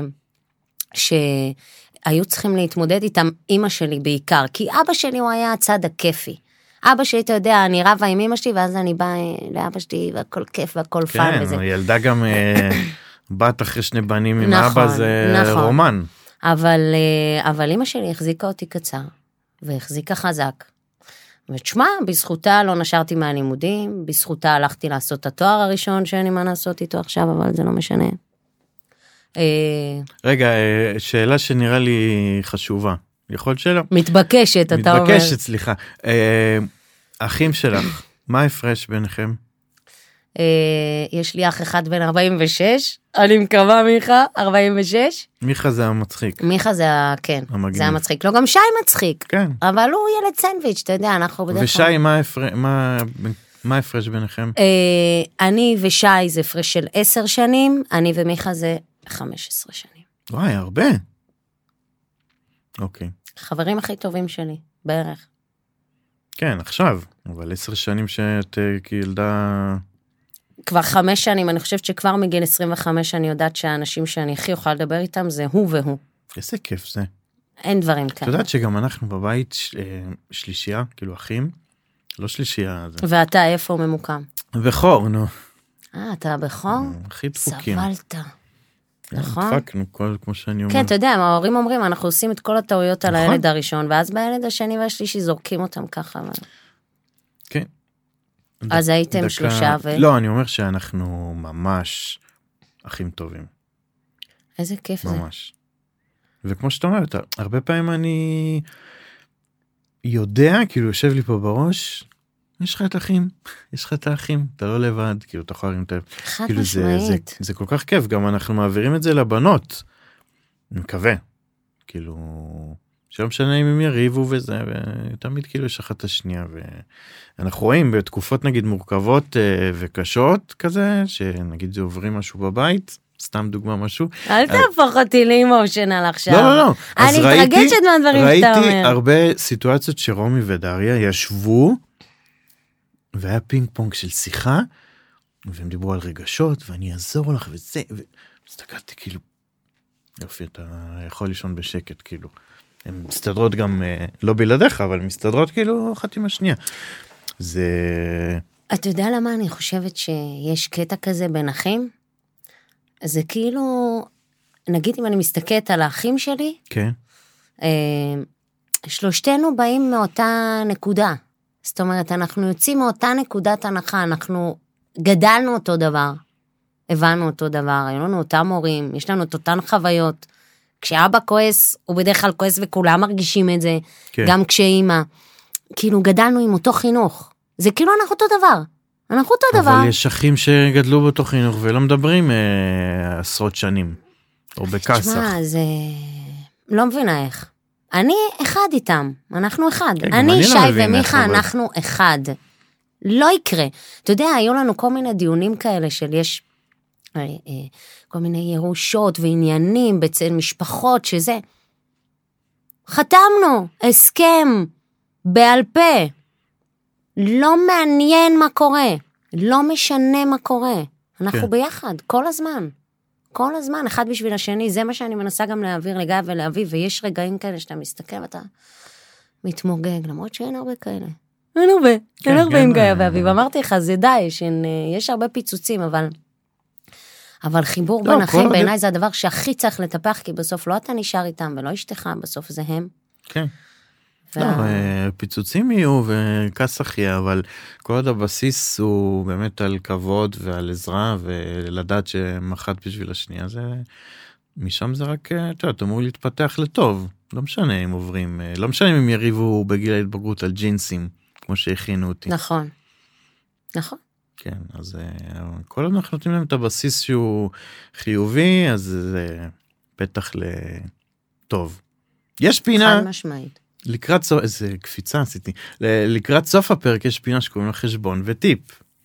שהיו צריכים להתמודד איתם, אמא שלי בעיקר, כי אבא שלי הוא היה הצד הכיפי. אבא שלי, אתה יודע, אני רבה עם אמא שלי, ואז אני באה לאבא שלי, והכל כיף, והכל פן וזה. כן, הילדה גם... בת אחרי 2 בנים עם אבא זה רומן. אבל אמא שלי החזיקה אותי קצר, והחזיקה חזק. ותשמע, בזכותה לא נשרתי מהלימודים, בזכותה הלכתי לעשות את התואר הראשון שאין לי מה לעשות איתו עכשיו, אבל זה לא משנה. רגע, שאלה שנראה לי חשובה. יכול שאלה? מתבקשת, אתה אומר. מתבקשת, סליחה. האחים שלך, מה ההפרש ביניכם? יש לי אח אחד בן 46, אני מקווה מיכה, 46. מיכה זה המצחיק. מיכה זה, כן, המגניב. זה המצחיק. לא, גם שי מצחיק. כן. אבל הוא ילד סנדוויץ', אתה יודע, אנחנו בדרך כלל. ושי, מה ההפרש ביניכם? אני ושי זה הפרש של 10 שנים, אני ומיכה זה 15 שנים. וואי, הרבה. אוקיי. חברים הכי טובים שלי, בערך. כן, עכשיו, אבל 10 שנים שאת כילדה... כבר 5 שנים, אני חושבת שכבר מגיל 25 אני יודעת שהאנשים שאני הכי אוכל לדבר איתם זה הוא והוא. איזה כיף זה. אין דברים כאלה. את יודעת שגם אנחנו בבית שלישייה, כאילו אחים, לא שלישייה. ואתה איפה ממוקם? בכור, נו. אתה בכור? הכי דפוקים. סבלת. נכון. דפקנו, כמו שאני אומר. כן, אתה יודע, ההורים אומרים, אנחנו עושים את כל הטעויות על נכון. הילד הראשון, ואז בילד השני והשלישי זורקים אותם ככה. כן. אז הייתם שלושה לא, אני אומר שאנחנו ממש אחים טובים. איזה כיף זה. ממש. וכמו שאתה אומרת, הרבה פעמים אני יודע, כאילו יושב לי פה בראש, יש לך את האחים, יש לך את האחים, אתה לא לבד, כאילו אתה יכול להרים את הלב. חד כאילו משמעית. זה כל כך כיף, גם אנחנו מעבירים את זה לבנות. אני מקווה. כאילו, שלא משנה אם הם יריבו וזה, ותמיד כאילו יש אחת השנייה, ואנחנו רואים בתקופות נגיד מורכבות וקשות כזה, שנגיד זה עוברים משהו בבית, סתם דוגמה משהו. אל תהפוך אותי לאימושנל עכשיו. לא. אני מתרגשת מהדברים שאתה אומר. ראיתי הרבה סיטואציות שרומי ודריה ישבו, והיה פינג פונג של שיחה, והם דיברו על רגשות, ואני אעזור לך וזה, והסתכלתי כאילו, יופי, אתה יכול לישון בשקט, כאילו. הן מסתדרות גם, לא בלעדיך, אבל מסתדרות כאילו אחת עם השנייה. זה... אתה יודע למה אני חושבת שיש קטע כזה בין אחים? זה כאילו, נגיד אם אני מסתכלת על האחים שלי, כן. שלושתנו באים מאותה נקודה. זאת אומרת, אנחנו יוצאים מאותה נקודת הנחה, אנחנו גדלנו אותו דבר, הבנו אותו דבר, היו לנו אותם מורים, יש לנו את אותן חוויות. כשאבא כועס, הוא בדרך כלל כועס וכולם מרגישים את זה, כן. גם כשאימא. כאילו גדלנו עם אותו חינוך. זה כאילו אנחנו אותו דבר. אנחנו אותו דבר. אבל יש אחים שגדלו באותו חינוך ולא מדברים עשרות שנים, או בקסח. תשמע, זה... לא מבינה איך. אני אחד איתם, אנחנו אחד. כן, אני, שי לא ומיכה, אנחנו אחד. לא יקרה. אתה יודע, היו לנו כל מיני דיונים כאלה של יש כל מיני ירושות ועניינים בצל משפחות שזה. חתמנו, הסכם, בעל פה. לא מעניין מה קורה. לא משנה מה קורה. אנחנו כן. ביחד, כל הזמן. כל הזמן, אחד בשביל השני, זה מה שאני מנסה גם להעביר לגיא ולאביב, ויש רגעים כאלה שאתה מסתכל ואתה מתמוגג, למרות שאין הרבה כאלה. אין הרבה, אין הרבה עם גיא ואביב. אמרתי לך, זה די, יש הרבה פיצוצים, אבל חיבור בין אחים בעיניי זה הדבר שהכי צריך לטפח, כי בסוף לא אתה נשאר איתם ולא אשתך, בסוף זה הם. כן. לא, פיצוצים יהיו וכסח יהיה, אבל כל עוד הבסיס הוא באמת על כבוד ועל עזרה, ולדעת שמחת בשביל השנייה, זה, משם זה רק, אתה אמור להתפתח לטוב, לא משנה אם עוברים, לא משנה אם הם יריבו בגיל ההתבגרות על ג'ינסים, כמו שהכינו אותי. נכון, נכון. כן, אז כל עוד אנחנו נותנים להם את הבסיס שהוא חיובי, אז זה פתח לטוב. יש פינה... חד משמעית. לקראת סוף, איזה קפיצה עשיתי, לקראת סוף הפרק יש פינה שקוראים לה חשבון וטיפ.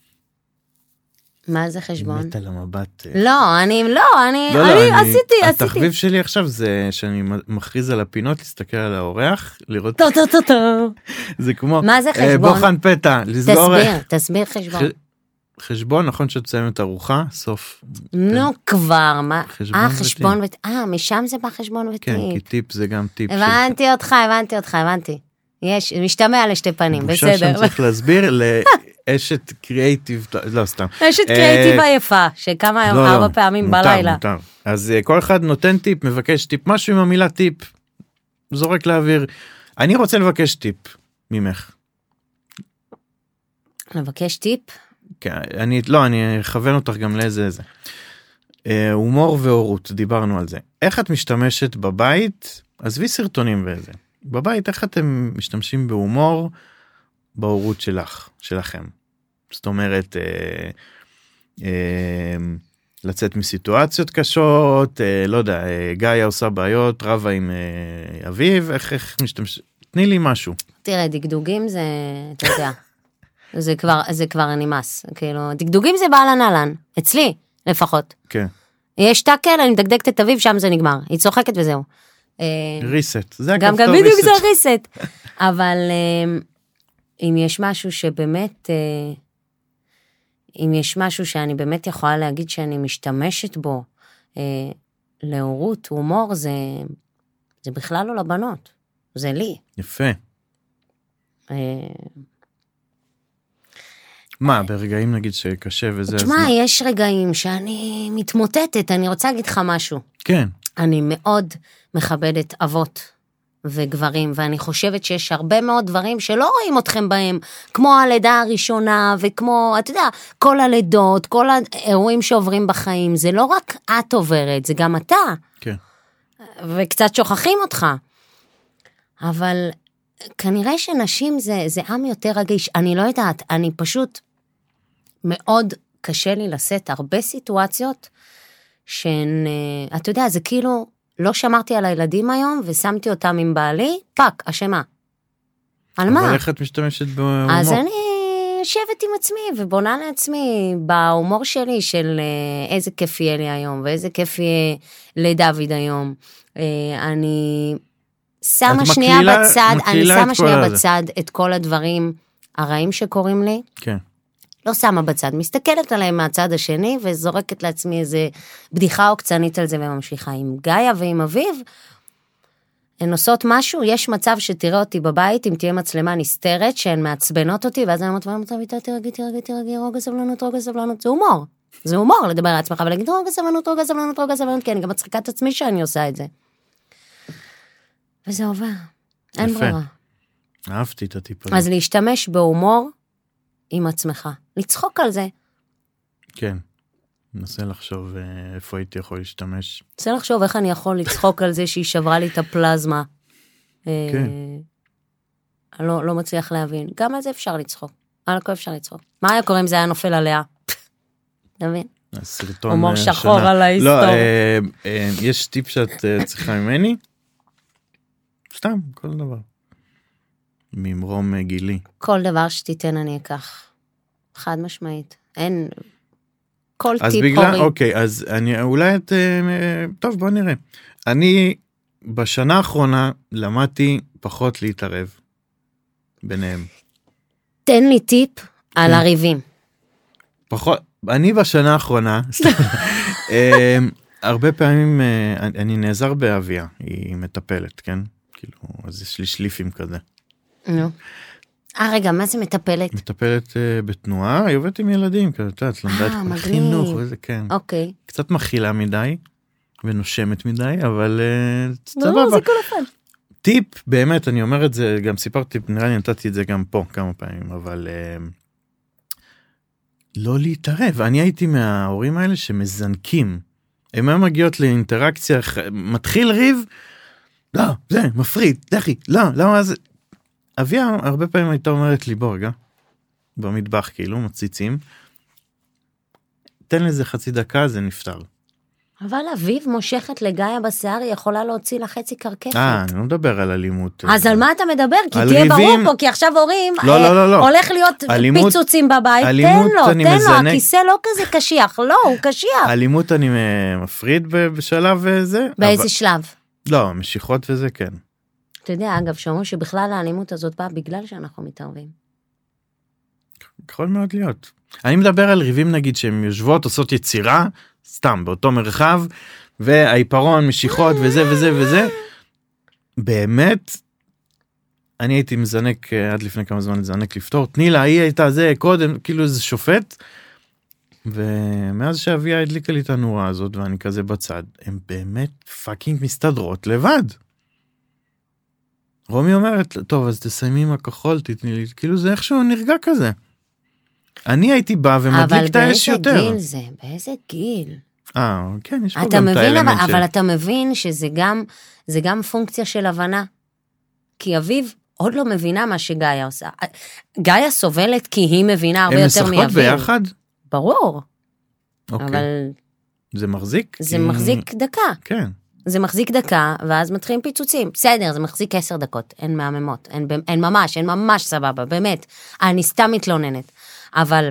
מה זה חשבון? מת על המבט. לא, אני עשיתי. התחביב שלי עכשיו זה שאני מכריז על הפינות, להסתכל על האורח, לראות... זה כמו... מה זה חשבון? בוחן פתע, לסגור... תסביר חשבון. חשבון, נכון שתסיים את ארוחה, סוף. נו כבר, מה? חשבון וטיפ. משם זה בא חשבון וטיפ. כן, כי טיפ זה גם טיפ. הבנתי אותך. יש, משתמע לשתי פנים, בסדר. בושה שאני צריך להסביר לאשת קריאייטיב, לא סתם. אשת קריאייטיב היפה, שקמה 4 פעמים בלילה. מותר. אז כל אחד נותן טיפ, מבקש טיפ, משהו עם המילה טיפ, זורק לאוויר. אני רוצה לבקש טיפ ממך. לבקש טיפ? כן, אני אכוון אותך גם לאיזה. הומור והורות, דיברנו על זה. איך את משתמשת בבית, עזבי סרטונים ואיזה. בבית, איך אתם משתמשים בהומור בהורות שלכם? זאת אומרת, לצאת מסיטואציות קשות, לא יודע, גאיה עושה בעיות, רבה עם אביב, איך משתמש... תני לי משהו. תראה, דגדוגים זה, אתה יודע, זה כבר נמאס, כאילו, דגדוגים זה בעל הנעלן, אצלי לפחות. כן. יש טאקל, אני מדגדגת את אביב, שם זה נגמר, היא צוחקת וזהו. ריסט, זה גם הכפתור בדיוק ריסט. זה ריסט. אבל אם יש משהו שבאמת, אם יש משהו שאני באמת יכולה להגיד שאני משתמשת בו, להורות, הומור, זה בכלל לא לבנות, זה לי. יפה. מה, ברגעים נגיד שקשה וזה... תשמע, יש רגעים שאני מתמוטטת, אני רוצה להגיד לך משהו. כן. אני מאוד מכבדת אבות וגברים, ואני חושבת שיש הרבה מאוד דברים שלא רואים אתכם בהם, כמו הלידה הראשונה, וכמו, אתה יודע, כל הלידות, כל האירועים שעוברים בחיים, זה לא רק את עוברת, זה גם אתה. כן. וקצת שוכחים אותך. אבל כנראה שנשים זה עם יותר רגיש, אני לא יודעת, אני פשוט מאוד קשה לי לשאת הרבה סיטואציות, שהן, אתה יודע, זה כאילו, לא שמרתי על הילדים היום, ושמתי אותם עם בעלי, פק, אשמה. על מה? אבל איך את משתמשת בהומור? אז אני יושבת עם עצמי, ובונה לעצמי, בהומור שלי, של איזה כיף יהיה לי היום, ואיזה כיף יהיה לדוד היום. אני שמה שנייה בצד, אני שמה שנייה בצד את כל הדברים הרעים שקורים לי. כן. לא שמה בצד, מסתכלת עליהם מהצד השני, וזורקת לעצמי איזה בדיחה עוקצנית על זה, וממשיכה עם גאיה ועם אביב, הן עושות משהו, יש מצב שתראה אותי בבית, אם תהיה מצלמה נסתרת, שהן מעצבנות אותי, ואז אני אומרת, תרגי, רוגע סבלנות, זה הומור לדבר על עצמך, ולהגיד, רוגע סבלנות, כי אני גם מצחיקה את עצמי שאני עושה את זה. וזה עובר, אין ברירה. אהבתי את הטיפ הזה. אז להשתמש בהומור, עם עצמך, לצחוק על זה. כן, ננסה לחשוב איפה הייתי יכול להשתמש. ננסה לחשוב איך אני יכול לצחוק על זה שהיא שברה לי את הפלזמה. כן. אני לא מצליח להבין. גם על זה אפשר לצחוק. על הכל אפשר לצחוק. מה היה קורה אם זה היה נופל עליה? תבין? הומור שחור על ההיסטוריה. לא, יש טיפ שאת צריכה ממני? סתם, כל דבר. ממרום גילי. כל דבר שתיתן אני אקח. חד משמעית. אין... כל טיפ אז בגלל, אוקיי, אז אני אולי את... טוב, בוא נראה. אני בשנה האחרונה למדתי פחות להתערב ביניהם. תן לי טיפ על הריבים. פחות... אני בשנה האחרונה, הרבה פעמים אני נעזר באביה, היא מטפלת, כן? כאילו, אז יש לי שליפים כזה. נו. רגע, מה זה מטפלת? מטפלת בתנועה, היא עובדת עם ילדים, כזה, אתה יודעת, למדה את כל חינוך וזה, כן. אוקיי. קצת מכילה מדי, ונושמת מדי, אבל לא, זה כל הפעם. טיפ, באמת, אני אומר את זה, גם סיפרתי, נראה לי נתתי את זה גם פה כמה פעמים, אבל לא להתערב. אני הייתי מההורים האלה שמזנקים. הם היו מגיעות לאינטראקציה, מתחיל ריב, לא, זה מפריד, לכי, לא, למה זה... אביה הרבה פעמים הייתה אומרת לי, בוא רגע, במטבח כאילו, מציצים, תן לזה חצי דקה, זה נפטר. אבל אביב מושכת לגאיה בשיער, היא יכולה להוציא לה חצי קרקפת. אני לא מדבר על אלימות. אז על מה אתה מדבר? כי תהיה ברור פה, כי עכשיו הורים, לא. הולך להיות פיצוצים בבית, תן לו, הכיסא לא כזה קשיח, לא, הוא קשיח. אלימות אני מפריד בשלב זה. באיזה שלב? לא, משיכות וזה כן. אתה יודע, אגב, שאומרים שבכלל האלימות הזאת באה בגלל שאנחנו מתערבים. יכול מאוד להיות. אני מדבר על ריבים נגיד שהן יושבות, עושות יצירה, סתם, באותו מרחב, והעיפרון, משיכות וזה וזה וזה. באמת, אני הייתי מזנק, עד לפני כמה זמן לזנק לפתור, תני לה, היא הייתה זה קודם, כאילו איזה שופט, ומאז שאביה הדליקה לי את הנורה הזאת, ואני כזה בצד, הן באמת פאקינג מסתדרות לבד. רומי אומרת, טוב, אז תסיימי עם הכחול, תתני לי, כאילו זה איכשהו נרגע כזה. אני הייתי בא ומדליק את האש יותר. אבל באיזה גיל זה? באיזה גיל? כן, יש פה גם את האלמנט של... אבל אתה מבין שזה גם פונקציה של הבנה. כי אביב עוד לא מבינה מה שגאיה עושה. גאיה סובלת כי היא מבינה הרבה יותר מאביב. הם משחקות ביחד? ברור. אוקיי. אבל... זה מחזיק? זה מחזיק דקה. כן. זה מחזיק דקה, ואז מתחילים פיצוצים. בסדר, זה מחזיק 10 דקות. אין מהממות. אין ממש סבבה, באמת. אני סתם מתלוננת. אבל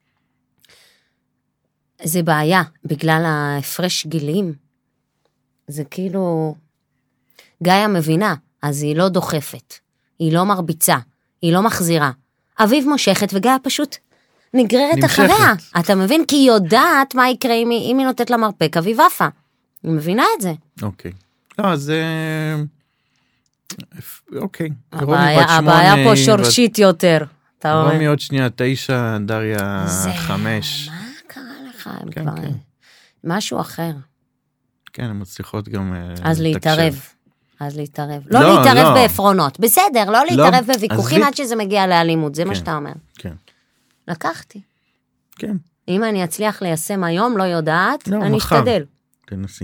זה בעיה, בגלל ההפרש גילים. זה כאילו, גאיה מבינה, אז היא לא דוחפת, היא לא מרביצה, היא לא מחזירה. אביב מושכת וגאיה פשוט נגררת אחריה. אתה מבין? כי היא יודעת מה יקרה אם היא נותנת לה מרפק, אביב עפה. היא מבינה את זה. אוקיי. לא, אז אוקיי. הבעיה פה שורשית יותר. אתה אומר. רומי עוד שנייה 9, דריה 5. מה קרה לך? הם כן, כבר... כן. משהו אחר. כן, הן מצליחות גם אז להתערב. אז להתערב. לא לא, להתערב לא. בעפרונות. בסדר, לא להתערב בוויכוחים עזבי. עד שזה מגיע לאלימות, זה מה כן. שאתה אומר. כן, לקחתי. כן, אם אני אצליח ליישם היום, לא יודעת, לא, אני מחר. אשתדל. תנסי.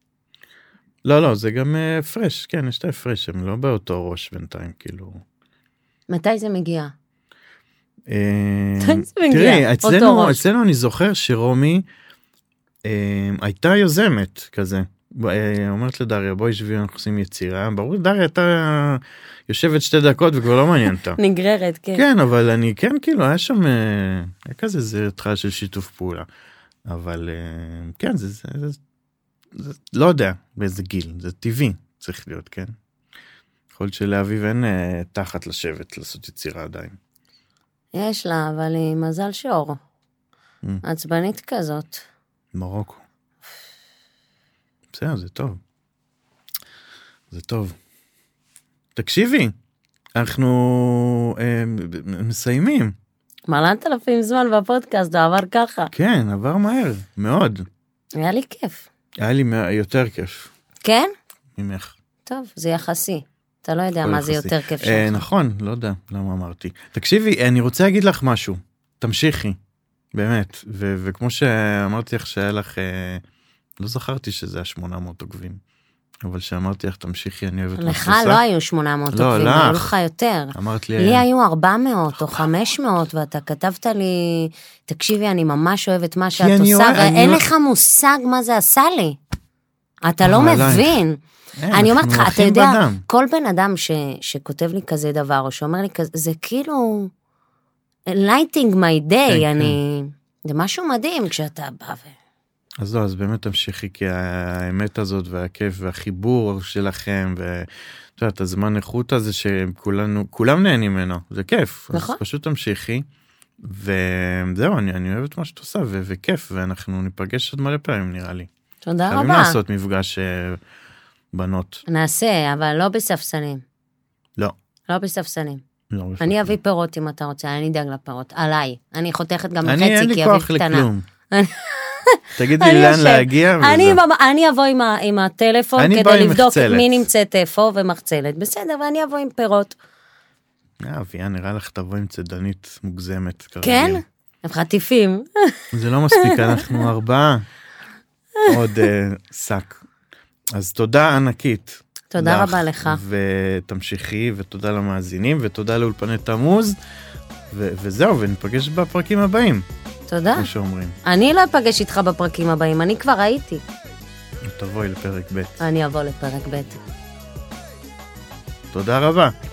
לא, זה גם הפרש, כן, יש את ההפרש, הם לא באותו ראש בינתיים, כאילו. מתי זה מגיע? זה מגיע, תראי, אותו ראש. אצלנו אני זוכר שרומי הייתה יוזמת כזה. אומרת לדריה, בואי שבי, אנחנו עושים יצירה. ברור, דריה הייתה יושבת 2 דקות וכבר לא מעניין אותה. נגררת, כן. כן, אבל אני כן, כאילו, היה שם, היה כזה, זה התחלה של שיתוף פעולה. אבל כן, זה לא יודע באיזה גיל, זה טבעי צריך להיות, כן. יכול להיות שלאביב אין תחת לשבת, לעשות יצירה עדיין. יש לה, אבל היא מזל שור. עצבנית כזאת. מרוקו. בסדר, זה טוב. זה טוב. תקשיבי, אנחנו מסיימים. מלנת אלפים זמן בפודקאסט, זה עבר ככה. כן, עבר מהר, מאוד. היה לי כיף. היה לי יותר כיף. כן? ממך. טוב, זה יחסי. אתה לא יודע מה זה יחסי. יותר כיף שלך. נכון, לא יודע למה אמרתי. תקשיבי, אני רוצה להגיד לך משהו. תמשיכי, באמת. וכמו שאמרתי לך שהיה לך, לא זכרתי שזה היה 800 עוקבים. אבל שאמרתי לך, תמשיכי, אני אוהבת מה שאת עושה. לך לא היו 800 עוקבים, היו לך יותר. אמרת לי... לי היו 400 או 500, ואתה כתבת לי, תקשיבי, אני ממש אוהבת מה שאת עושה, ואין לך מושג מה זה עשה לי. אתה לא מבין. אני אומרת לך, אתה יודע, כל בן אדם שכותב לי כזה דבר, או שאומר לי כזה, זה כאילו, lighting my day, זה משהו מדהים כשאתה בא אז לא, אז באמת תמשיכי, כי האמת הזאת והכיף והחיבור שלכם, ואת יודעת, הזמן איכות הזה שכולם נהנים ממנו, זה כיף. נכון. אז פשוט תמשיכי, וזהו, אני אוהבת מה שאת עושה, וכיף, ואנחנו ניפגש עוד מלא פעמים, נראה לי. תודה רבה. חייבים לעשות מפגש בנות. נעשה, אבל לא בספסלים. לא. לא בספסלים. לא אני אביא פירות אם אתה רוצה, אני אדאג לפירות, עליי. אני חותכת גם אני אין בחצי, לי כי אביב כוח קטנה. לכלום. תגידי לי לאן להגיע, אני אבוא עם הטלפון כדי לבדוק מי נמצאת איפה ומחצלת. בסדר, ואני אבוא עם פירות. אביה, נראה לך תבוא עם צדנית מוגזמת. כן? הם חטיפים. זה לא מספיק, אנחנו 4. עוד שק. אז תודה ענקית. תודה רבה לך. ותמשיכי, ותודה למאזינים, ותודה לאולפני תמוז, וזהו, ונפגש בפרקים הבאים. תודה. כמו שאומרים. אני לא אפגש איתך בפרקים הבאים, אני כבר הייתי. תבואי לפרק ב'. אני אבוא לפרק ב'. תודה רבה.